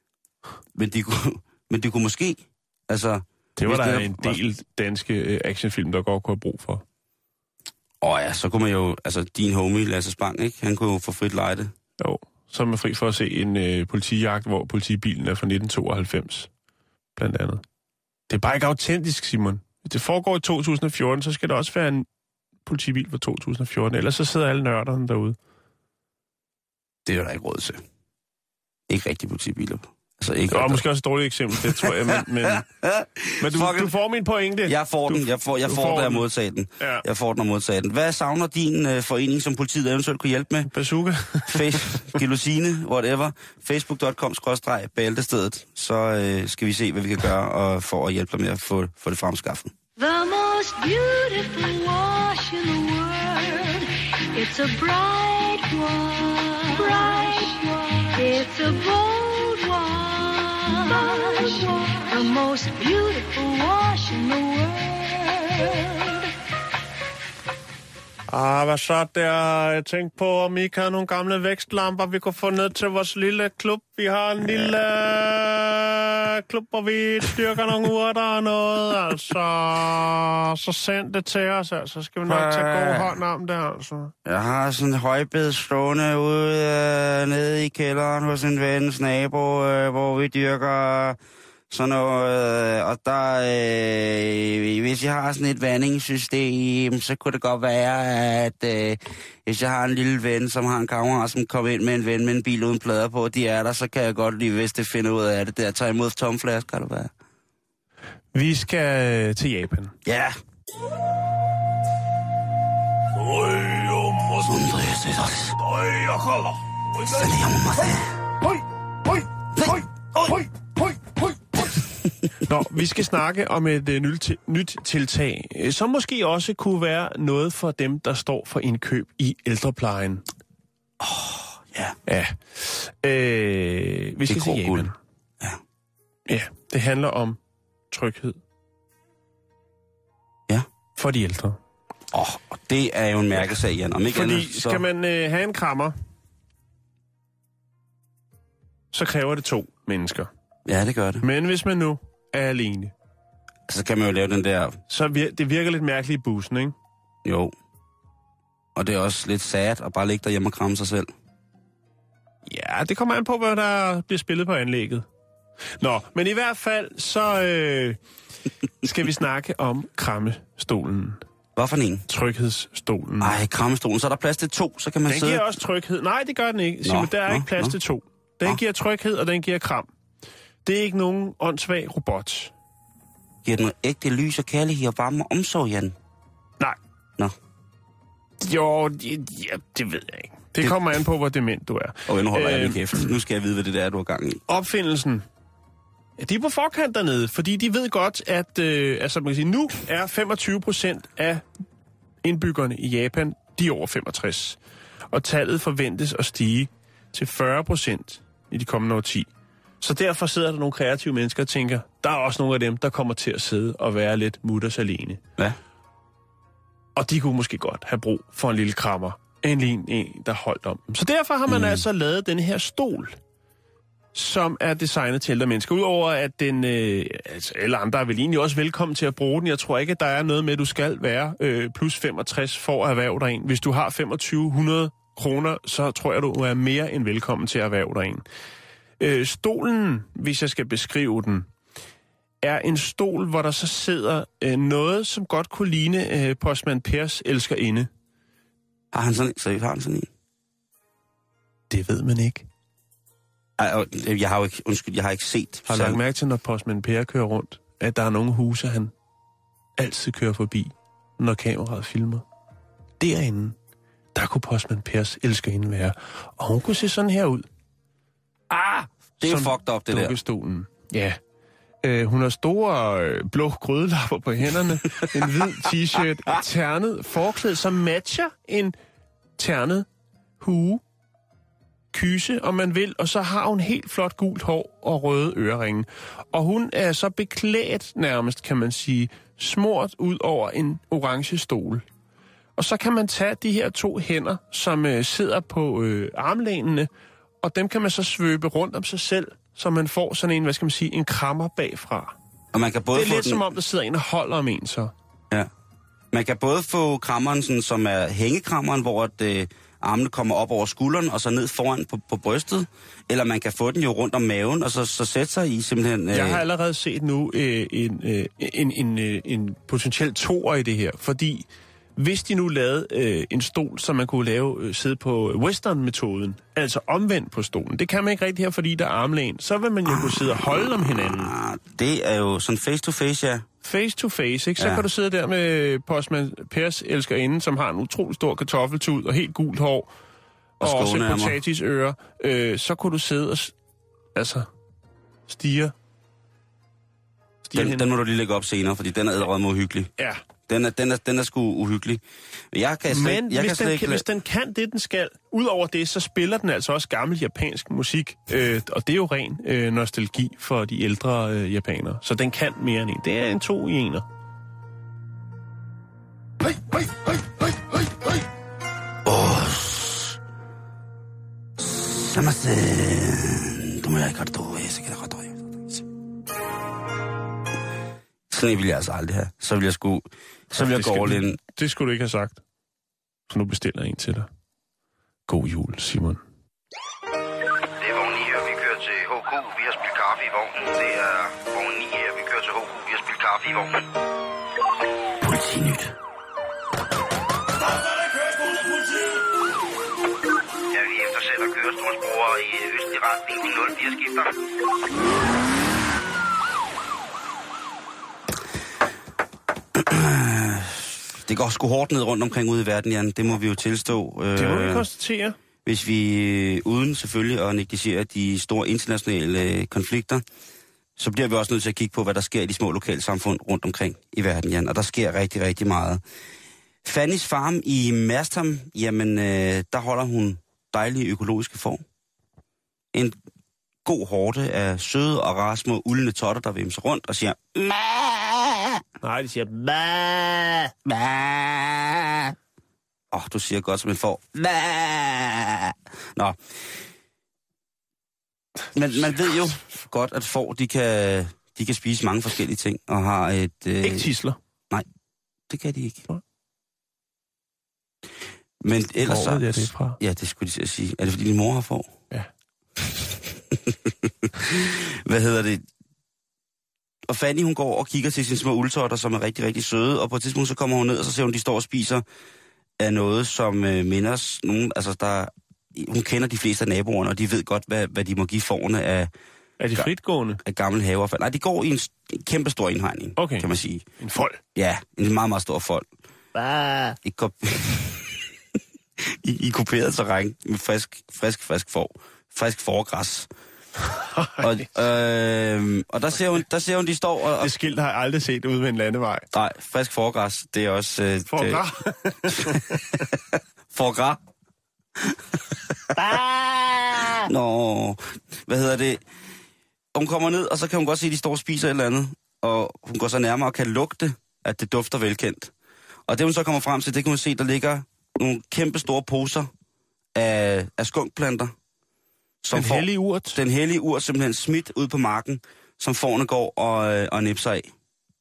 men, de kunne, men de kunne måske, altså... Det var der, der en del danske øh, actionfilm, der godt kunne have brug for. Åh ja, så kunne man jo, altså din homie Lasse Spang, ikke? Han kunne jo få frit lejde. Jo, så er man fri for at se en øh, politijagt, hvor politibilen er fra nitten tooghalvfems, blandt andet. Det er bare ikke autentisk, Simon. Hvis det foregår i to tusind og fjorten, så skal der også være en politibil fra to tusind og fjorten, ellers så sidder alle nørderne derude. Det er jo der ikke råd til. Ikke rigtige politibiler. Altså ikke det var måske også et dårligt eksempel, det tror jeg, men, men, men du, du får min pointe. Jeg får den, jeg får, jeg får, får det at modtage den. Ja. Jeg får den at modtage den. Hvad savner din uh, forening, som politiet eventuelt kunne hjælpe med? Bazooka. Face, Gelosine, whatever. Facebook punktum com skråstreg bæltestedet. Så uh, skal vi se, hvad vi kan gøre og for at hjælpe dig med at få, få det fremskaffet. The most beautiful wash in the world. It's a bright one. Bright one. It's a bold one. The most beautiful wash in the world. Ah, hvad så der? Jeg tænkte på, om I ikke havde nogle gamle vækstlamper, vi kunne få ned til vores lille klub. Vi har en lille klub, hvor vi dyrker nogle urter og noget, altså. Så send det til os, altså. Så skal vi nok tage god hånd om det, altså. Jeg har sådan en højbed stående ude øh, nede i kælderen hos en vens nabo, øh, hvor vi dyrker sådan noget, øh, og der, øh, hvis jeg har sådan et vandingssystem, så kunne det godt være, at øh, hvis jeg har en lille ven, som har en kammerat, som kommer ind med en ven med en bil uden plader på, de er der, så kan jeg godt lige, hvis det finder ud af det, der tager imod tomflasker, eller hvad? Vi skal til Japan. Ja. Nå, vi skal snakke om et uh, nyt, nyt tiltag, som måske også kunne være noget for dem, der står for indkøb i ældreplejen. Åh, oh, ja. Ja. Øh, vi skal se Japan. Ja. Ja, det handler om tryghed. Ja. For de ældre. Åh, oh, og det er jo en mærkesag, Jan. Om ikke Fordi andet, så... skal man øh, have en krammer, så kræver det to mennesker. Ja, det gør det. Men hvis man nu er alene, så kan man jo lave den der... Så vir- det virker lidt mærkeligt i bussen, ikke? Jo. Og det er også lidt sad at bare ligge derhjemme og kramme sig selv. Ja, det kommer an på, hvad der bliver spillet på anlægget. Nå, men i hvert fald, så øh, skal vi snakke om krammestolen. Hvad for en? Tryghedsstolen. Ej, krammestolen. Så er der plads til to, så kan man den sidde... Den giver også tryghed. Nej, det gør den ikke. Simon, der er nå, ikke plads nå. til to. Den nå. giver tryghed, og den giver kram. Det er ikke nogen åndssvag robot. Giver den ægte lys og kærlighed og varme og omsorg, Jan? Nej. Nå. Jo, ja, det ved jeg ikke. Det, det kommer an på, hvor dement du er. Og nu holder øh, jeg min kæft. Nu skal jeg vide, hvad det der er, du har gang i. Opfindelsen. Ja, de er på forkant dernede, fordi de ved godt, at øh, altså, man kan sige, nu er femogtyve procent af indbyggerne i Japan, de er over femogtres. Og tallet forventes at stige til fyrre procent i de kommende årti. Så derfor sidder der nogle kreative mennesker og tænker, der er også nogle af dem, der kommer til at sidde og være lidt mutters alene. Ja. Og de kunne måske godt have brug for en lille krammer. En en, en der holdt om dem. Så derfor har man mm. altså lavet den her stol, som er designet til ældre mennesker. Udover at den, øh, altså alle andre er vel egentlig også velkommen til at bruge den. Jeg tror ikke, at der er noget med, at du skal være øh, plus femogtres for at erhverve dig en. Hvis du har femogtyve hundrede kroner, så tror jeg, du er mere end velkommen til at erhverve dig en. Øh, stolen, hvis jeg skal beskrive den, er en stol, hvor der så sidder øh, noget, som godt kunne ligne øh, postmand Pers elskerinde. Har han sådan en? Så har han sådan en? Det ved man ikke. Ej, jeg har jo ikke, undskyld, jeg har ikke set. Har du lagt mærke til, når postmand Per kører rundt, at der er nogle huse, han altid kører forbi, når kameraet filmer? Derinde, der kunne postmand Pers elskerinde være. Og hun kunne se sådan her ud. Ah, det er som fucked up, det der. Dukkestolen. Ja. Øh, hun har store øh, blå grydelapper på hænderne, en hvid t-shirt, et ternet forklæde, som matcher en ternet hue, kyse, om man vil, og så har hun helt flot gult hår og røde øreringe. Og hun er så beklædt nærmest, kan man sige, smurt ud over en orange stol. Og så kan man tage de her to hænder, som øh, sidder på øh, armlænene, og dem kan man så svøbe rundt om sig selv, så man får sådan en, hvad skal man sige, en krammer bagfra. Og man kan både det er få lidt den... som om, der sidder en og holder om en så. Ja. Man kan både få krammeren, sådan, som er hængekrammeren, hvor at, øh, armene kommer op over skulderen, og så ned foran på, på brystet. Eller man kan få den jo rundt om maven, og så, så sætte sig i simpelthen... Øh... Jeg har allerede set nu øh, en, øh, en, en, øh, en potentiel toer i det her, fordi hvis de nu lavede øh, en stol, som man kunne lave øh, sidde på western-metoden, altså omvendt på stolen, det kan man ikke rigtig her, fordi der er armlæn, så vil man jo ah, kunne sidde og holde om hinanden. Ah, det er jo sådan face-to-face, ja. Face-to-face, ikke? Så ja. kan du sidde der med postmand Pers elskerinde, som har en utrolig stor kartoffeltud og helt gult hår, og, og også et potatisøre. Øh, så kunne du sidde og altså stige. Den, den må du lige lægge op senere, fordi den er æderrød med uhyggelig. Ja. Den er, den er, den er sgu uhyggelig. Jeg kan slet, Men jeg hvis, kan slet den, ikke... kan, hvis den kan det, den skal, udover det, så spiller den altså også gammel japansk musik. Øh, og det er jo ren øh, nostalgi for de ældre øh, japanere. Så den kan mere end en. Det er en to i ener. Hej, hej, hej, hej, hej, hej. Åh. Samasen. Du må jeg ikke have det, jeg skal have det. Sådan vil jeg altså aldrig have. Så vil jeg sgu... Så vil jeg gå all in. Det skulle du ikke have sagt. Så nu bestiller jeg en til dig. God jul, Simon. Det er vogn ni her, vi kører til H K. Vi har spillet kaffe i vognen. Det er vogn ni her, vi kører til H K. Vi har spillet kaffe i vognen. Politinyt. Ja, vi eftersætter kørestolsbrugere i østlig retning til nul fire skifter. Det går sgu hårdt ned rundt omkring ude i verden, Jan. Det må vi jo tilstå. Det må vi konstatere. Hvis vi, uden selvfølgelig at negligere de store internationale konflikter, så bliver vi også nødt til at kigge på, hvad der sker i de små lokale samfund rundt omkring i verden, Jan. Og der sker rigtig, rigtig meget. Fannys Farm i Merstham, jamen, der holder hun dejlige økologiske får. En god hårde af søde og rare små uldne totter, der vimser rundt og siger... Nej, de siger... Bæh! Bæh! Åh, oh, du siger godt som en får. Bæh! Nå. Men man ved jo godt, at får, de kan, de kan spise mange forskellige ting, og har et... Øh... Ikke tisler? Nej, det kan de ikke. Men ellers så... Hvor er det fra? Ja, det skulle de til at sige. Er det fordi din mor har får? Ja. Hvad hedder det? Og Fanny, hun går og kigger til sine små uldtotter, som er rigtig, rigtig søde, og på et tidspunkt så kommer hun ned, og så ser hun, de står og spiser af noget, som øh, minder os nogen, altså der, hun kender de fleste af naboerne, og de ved godt, hvad, hvad de må give forne af... Er de fritgående? Af gammel haveaffald. Nej, de går i en, en kæmpe stor indhegning, okay. Kan man sige. En fold? Ja, en meget, meget stor fold. Bah. I, kop... I, I kuperet terræn med frisk, frisk, frisk får. Frisk forgræs. og, øh, og der ser hun, der ser hun, de står og... og det skilt har jeg aldrig set ude ved en landevej. Nej, frisk forgræs, det er også... Øh, forgræs? Forgræs. Nå, hvad hedder det? Hun kommer ned, og så kan hun godt se, at de står og spiser et eller andet. Og hun går så nærmere og kan lugte, at det dufter velkendt. Og det hun så kommer frem til, det kan man se, der ligger nogle kæmpe store poser af, af skunkplanter. Som Den hellige urt? Den hellige urt simpelthen smidt ud på marken, som fårene går og, og nipser af.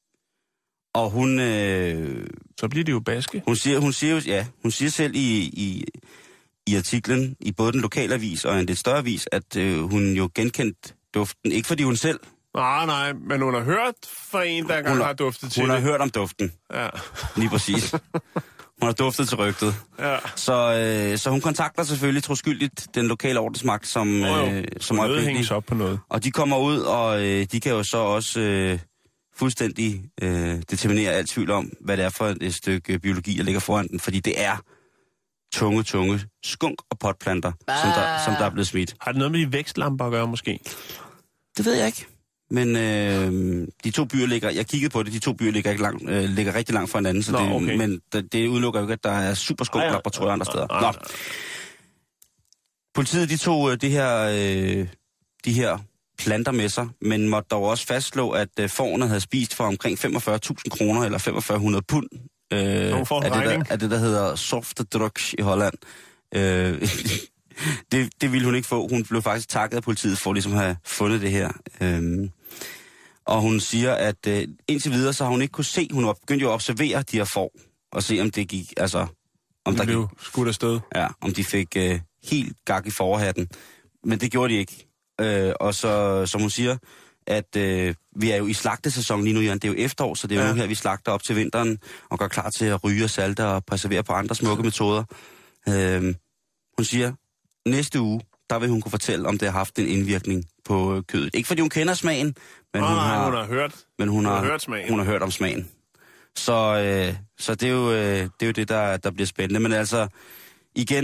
Og hun... Øh, så bliver det jo baske. Hun siger, hun siger, ja, hun siger selv i, i, i artiklen, i både den lokale avis og en lidt større avis, at øh, hun jo genkendte duften. Ikke fordi hun selv... Nej, nej, men hun har hørt fra en, der engang har duftet til Hun det. har hørt om duften. Ja. Lige præcis. Hun har duftet til rygtet. Ja. Så, øh, så hun kontakter selvfølgelig troskyldigt den lokale ordensmagt, som, øh, som øjeblikkeligt. Op på noget. Og de kommer ud, og øh, de kan jo så også øh, fuldstændig øh, determinere alt tvivl om, hvad det er for et stykke biologi, der ligger foran den. Fordi det er tunge, tunge skunk og potplanter, som der, som der er blevet smidt. Har det noget med de vækstlamper at gøre måske? Det ved jeg ikke. Men øh, de to byer ligger, jeg kiggede på det, de to byer ligger, ikke langt, øh, ligger rigtig langt fra hinanden, så Nå, det, okay. men det, det udelukker jo ikke, at der er super skumlaboratorier andre steder. Nå. Politiet, de tog øh, det her, øh, de her planter med sig, men måtte dog også fastslå, at øh, fårene havde spist for omkring femogfyrre tusind kroner, eller femogfyrre hundrede pund, øh, af, det der, af det, der hedder softdrugs i Holland. Øh, det, det ville hun ikke få. Hun blev faktisk takket af politiet for ligesom at have fundet det her. Øh, Og hun siger, at øh, indtil videre, så har hun ikke kunne se, hun var begyndt jo at observere de her får, og se, om det gik, altså... Om det der blev gik, skudt afsted. Ja, om de fik øh, helt gak i forhatten. Men det gjorde de ikke. Øh, og så, som hun siger, at øh, vi er jo i slagtesæson lige nu, Jan. Det er jo efterår, så det er jo ja. nu her, vi slagter op til vinteren, og gør klar til at ryge og salte og preservere på andre smukke metoder. Øh, hun siger, næste uge, der vil hun kunne fortælle, om det har haft en indvirkning på kødet. Ikke fordi hun kender smagen, men oh, hun, nej, har, hun har hørt. Men hun, hun har, har hørt smagen. Hun har hørt om smagen. Så, øh, så det, er jo, øh, det er jo det, der, der bliver spændende. Men altså, igen,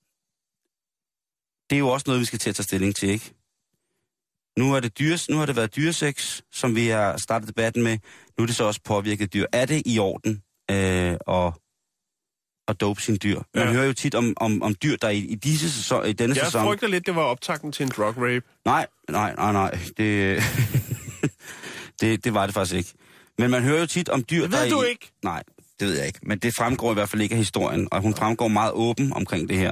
det er jo også noget, vi skal til at tage stilling til, ikke? Nu har det, dyres, nu har det været dyresex, som vi har startet debatten med. Nu er det så også påvirket dyr. Er det i orden øh, at, at dope sine dyr? Man ja. hører jo tit om, om, om dyr, der i, i, disse sæson, i denne Jeg sæson... Jeg frygter lidt, det var optakten til en drug rape. Nej, nej, nej, nej. Det, det, det var det faktisk ikke. Men man hører jo tit om dyr, det ved der du i... ikke. Nej, det ved jeg ikke. Men det fremgår i hvert fald ikke af historien, og hun fremgår meget åben omkring det her.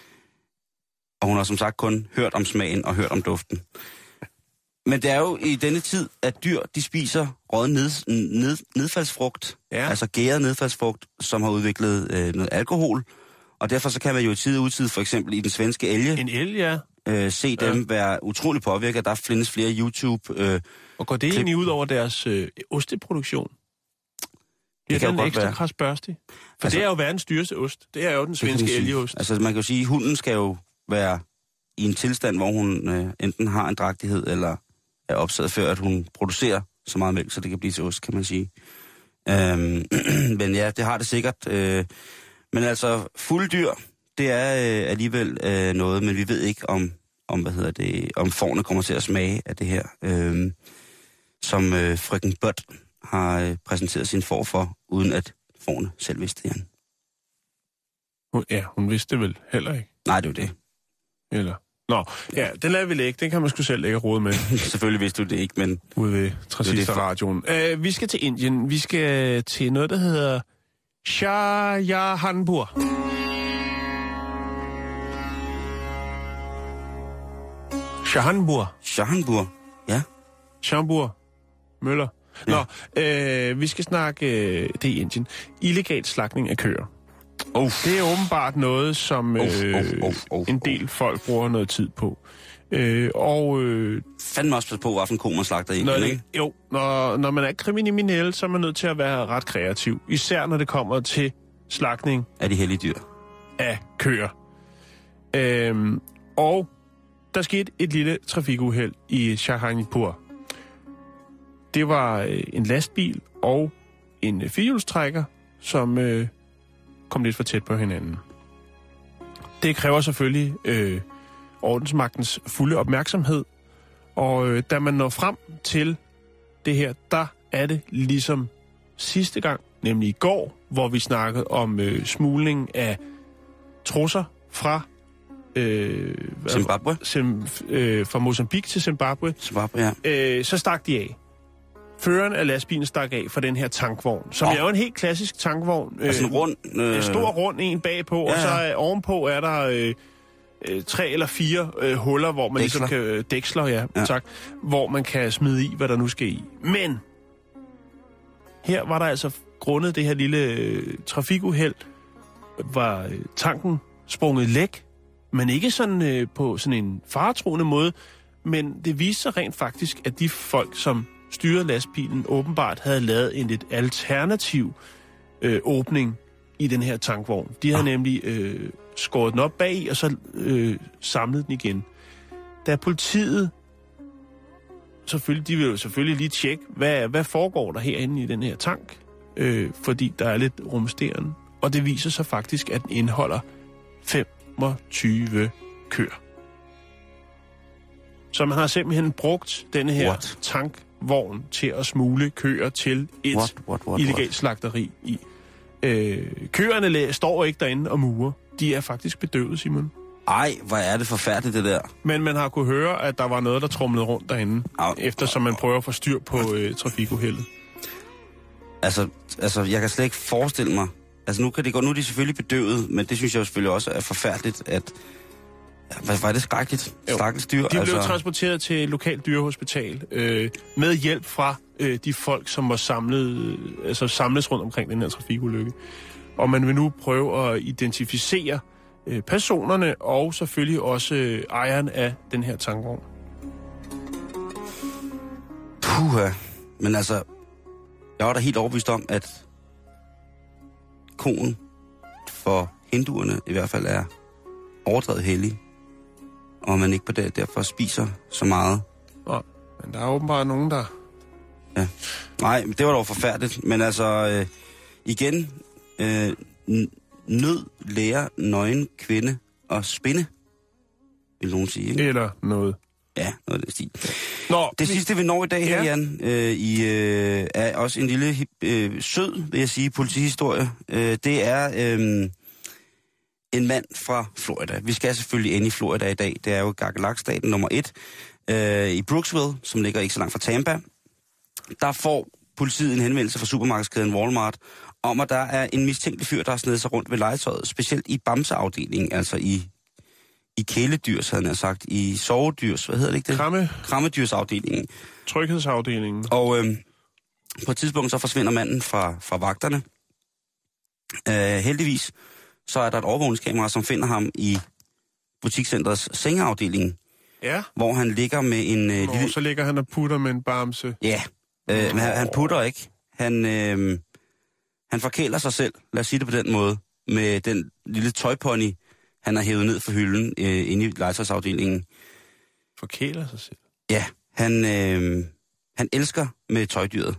Og hun har som sagt kun hørt om smagen og hørt om duften. Men det er jo i denne tid, at dyr, de spiser rød ned, ned, nedfaldsfrugt, ja. altså gæret nedfaldsfrugt, som har udviklet øh, noget alkohol. Og derfor så kan man jo i tid og udtid, for eksempel i den svenske elge, en elge, ja. øh, se dem ja. være utrolig påvirket. Der findes flere YouTube... Øh, og går det klip. egentlig ud over deres øh, osteproduktion? Det kan den jo ekstra godt være. krasbørstig? For altså, det er jo verdens dyreste ost. Det er jo den svenske elgeost. Altså man kan jo sige, at hunden skal jo være i en tilstand, hvor hun øh, enten har en drægtighed, eller er opsat før, at hun producerer så meget mælk, så det kan blive til ost, kan man sige. Øhm, men ja, det har det sikkert. Øh, men altså, fulddyr, det er øh, alligevel øh, noget, men vi ved ikke, om, om hvad hedder det, om fårene kommer til at smage af det her, øh, som øh, frøken Bødt har øh, præsenteret sin får for, uden at fårene selv vidste det, Jan. Ja, hun vidste det vel heller ikke. Nej, det er jo det. Eller... Nå, ja, den lader vi lægge. Den kan man sgu selv lægge råd med. Selvfølgelig vidste du det ikke, men... Ude ved Transistor-radioen. Uh, vi skal til Indien. Vi skal til noget, der hedder Shahjahanpur. Shahjahanpur. Shahjahanpur, ja. Shahjahanpur. Møller. Ja. Nå, øh, vi skal snakke, øh, det er Indien. Illegal slagtning af køer. Oh. Det er åbenbart noget, som øh, oh, oh, oh, oh, en del folk bruger noget tid på. Øh, og... Øh, Fandme også på, hvilken ko man slagter i. Når, jo, når, når man er kriminel, så er man nødt til at være ret kreativ. Især når det kommer til slagtning af de hellige dyr. Af køer. Øh, og der skete et lille trafikuheld i Shahjahanpur. Det var øh, en lastbil og en øh, firehjulstrækker, som øh, kom lidt for tæt på hinanden. Det kræver selvfølgelig øh, ordensmagtens fulde opmærksomhed, og øh, da man når frem til det her, der er det ligesom sidste gang, nemlig i går, hvor vi snakkede om øh, smugling af trusser fra øh, Zimbabwe. Sim, øh, fra Mozambique til Zimbabwe. Zimbabwe, ja. Øh, så stak de af. føreren af lastbilen stak af for den her tankvogn, som oh. er jo en helt klassisk tankvogn. Altså en rund... Øh... En stor rund en bagpå, ja, ja. Og så øh, ovenpå er der øh, øh, tre eller fire øh, huller, hvor man dæksler. ligesom kan... Øh, dæksler, ja, ja, tak. Hvor man kan smide i, hvad der nu skal i. Men her var der altså grundet det her lille øh, trafikuheld, var øh, tanken sprunget læk, men ikke sådan øh, på sådan en faretruende måde, men det viste sig rent faktisk, at de folk, som styrede lastbilen, åbenbart havde lavet en lidt alternativ øh, åbning i den her tankvogn. De havde ah. nemlig øh, skåret den op bag og så øh, samlet den igen. Da politiet, selvfølgelig, de vil jo selvfølgelig lige tjekke, hvad, hvad foregår der herinde i den her tank, øh, fordi der er lidt rumsterende. Og det viser sig faktisk, at den indeholder femogtyve køer. Så man har simpelthen brugt denne her What? tankvogn til at smule køer til et what, what, what, illegalt what? slagteri i. Øh, køerne står ikke derinde og murer. De er faktisk bedøvet, Simon. Ej, hvor er det forfærdeligt, det der. Men man har kunne høre, at der var noget, der trumlede rundt derinde, au, eftersom man prøver at få styr på øh, trafikuheldet. Altså, altså, jeg kan slet ikke forestille mig. Altså, nu, kan det gå, nu er de selvfølgelig bedøvet, men det synes jeg jo selvfølgelig også er forfærdeligt, at... Hvad var det skrækkeligt? Stakkels dyr. De blev altså... transporteret til et lokalt dyrehospital øh, med hjælp fra øh, de folk, som var samlet, altså samles rundt omkring den her trafikulykke. Og man vil nu prøve at identificere øh, personerne og selvfølgelig også øh, ejeren af den her tankvogn. Puha. Men altså, jeg var da helt overbevist om, at konen for hinduerne i hvert fald er overdrevet hellig. Og man ikke på det derfor spiser så meget. Nå, men der er åbenbart nogen, der... Ja. Nej, det var dog forfærdeligt. Men altså, øh, igen, øh, nød lærer nøgen kvinde at spinde, vil nogen sige, ikke? Eller noget. Ja, noget af den stil. Nå, det vi... sidste, vi når i dag her, ja. Jan, øh, i, øh, er også en lille øh, sød, vil jeg sige, politihistorie. Øh, det er... Øh, En mand fra Florida. Vi skal selvfølgelig ind i Florida i dag. Det er jo Gargalak-staten nummer et. Øh, I Brooksville, som ligger ikke så langt fra Tampa. Der får politiet en henvendelse fra supermarkedskæden Walmart om, at der er en mistænkelig fyr, der har snedet sig rundt ved legetøjet. Specielt i bamseafdelingen, altså i, i kæledyrs, havde han sagt. I sovedyrs, hvad hedder det ikke det? Kramme. Krammedyrsafdelingen. Tryghedsafdelingen. Og øh, på et tidspunkt så forsvinder manden fra, fra vagterne. Øh, heldigvis så er der et overvågningskamera, som finder ham i butikscenterets sengeafdeling. Ja. Hvor han ligger med en... Øh, Nå, lille... så ligger han og putter med en bamse. Ja, øh, men han, han putter ikke. Han, øh, han forkæler sig selv, lad os sige det på den måde, med den lille tøjpony, han har hævet ned fra hylden øh, inde i legetøjsafdelingen. Forkæler sig selv? Ja, han, øh, han elsker med tøjdyret.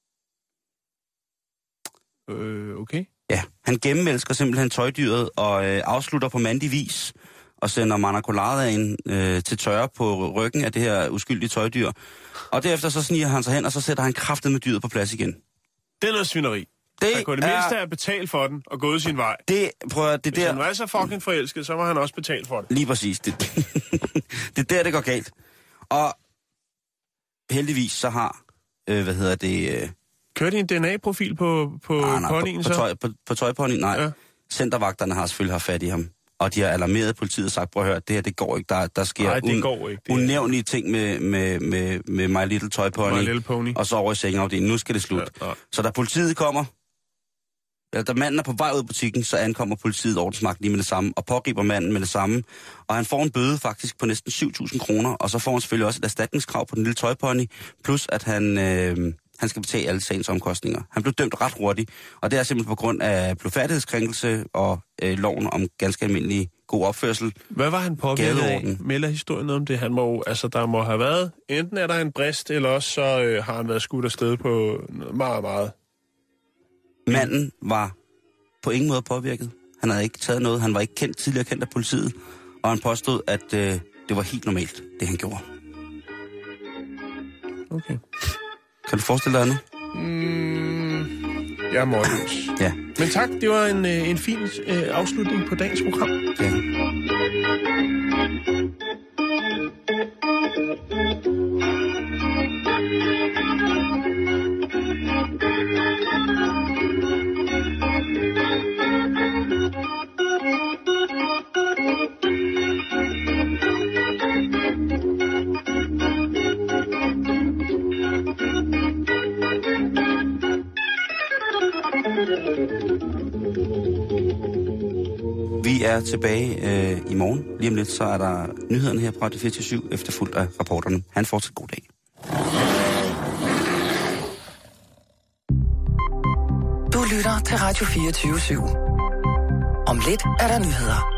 Øh, okay. Ja, han gennemelsker simpelthen tøjdyret og øh, afslutter på mandig vis og sender manacoladen øh, til tørre på ryggen af det her uskyldige tøjdyr. Og derefter så sniger han sig hen, og så sætter han kraftet med dyret på plads igen. Det er noget svineri. Det han kunne det mindste er betalt for den og gået sin vej. Det, prøv at, det Hvis der... han var så fucking forelsket, så var han også betalt for det. Lige præcis. Det, det er der, det går galt. Og heldigvis så har, øh, hvad hedder det... Øh, Kører de en D N A-profil på, på ah, nej, ponyen, på, på, tøj, på, på tøjponyen? Nej. Ja. Centervagterne har selvfølgelig haft fat i ham. Og de har alarmeret politiet og sagt, prøv at høre, det her, det går ikke. Der, der sker nej, det går ikke. Det unævnlige ting med, med, med, med My Little Toy Pony. My Little Pony. Og så over i sengeafdelingen. Nu skal det slut. Ja, ja. Så da politiet kommer, eller da manden er på vej ud af butikken, så ankommer politiet ordensmagten lige med det samme, og pågriber manden med det samme. Og han får en bøde faktisk på næsten syv tusind kroner, og så får han selvfølgelig også et erstatningskrav på den lille tøjpony, plus at han... Øh, han skal betale alle sagens omkostninger. Han blev dømt ret hurtigt, og det er simpelthen på grund af blufærdighedskrænkelse og øh, loven om ganske almindelig god opførsel. Hvad var han påvirket af? Melder historien noget om det? Han må, altså, der må have været, enten er der en brist, eller også så øh, har han været skudt afsted på meget, meget. Manden var på ingen måde påvirket. Han havde ikke taget noget. Han var ikke kendt, tidligere kendt af politiet, og han påstod, at øh, det var helt normalt, det han gjorde. Okay. Kan du forestille dig andet? Mm, jeg er målløs. Ja. Men tak, det var en, en fin øh, afslutning på dagens program. Ja. er tilbage øh, i morgen. Lige om lidt, så er der nyhederne her på Radio fireogtyve syv, efterfulgt af rapporterne. Han fortsat god dag. Du lytter til Radio fireogtyve syv. Om lidt er der nyheder.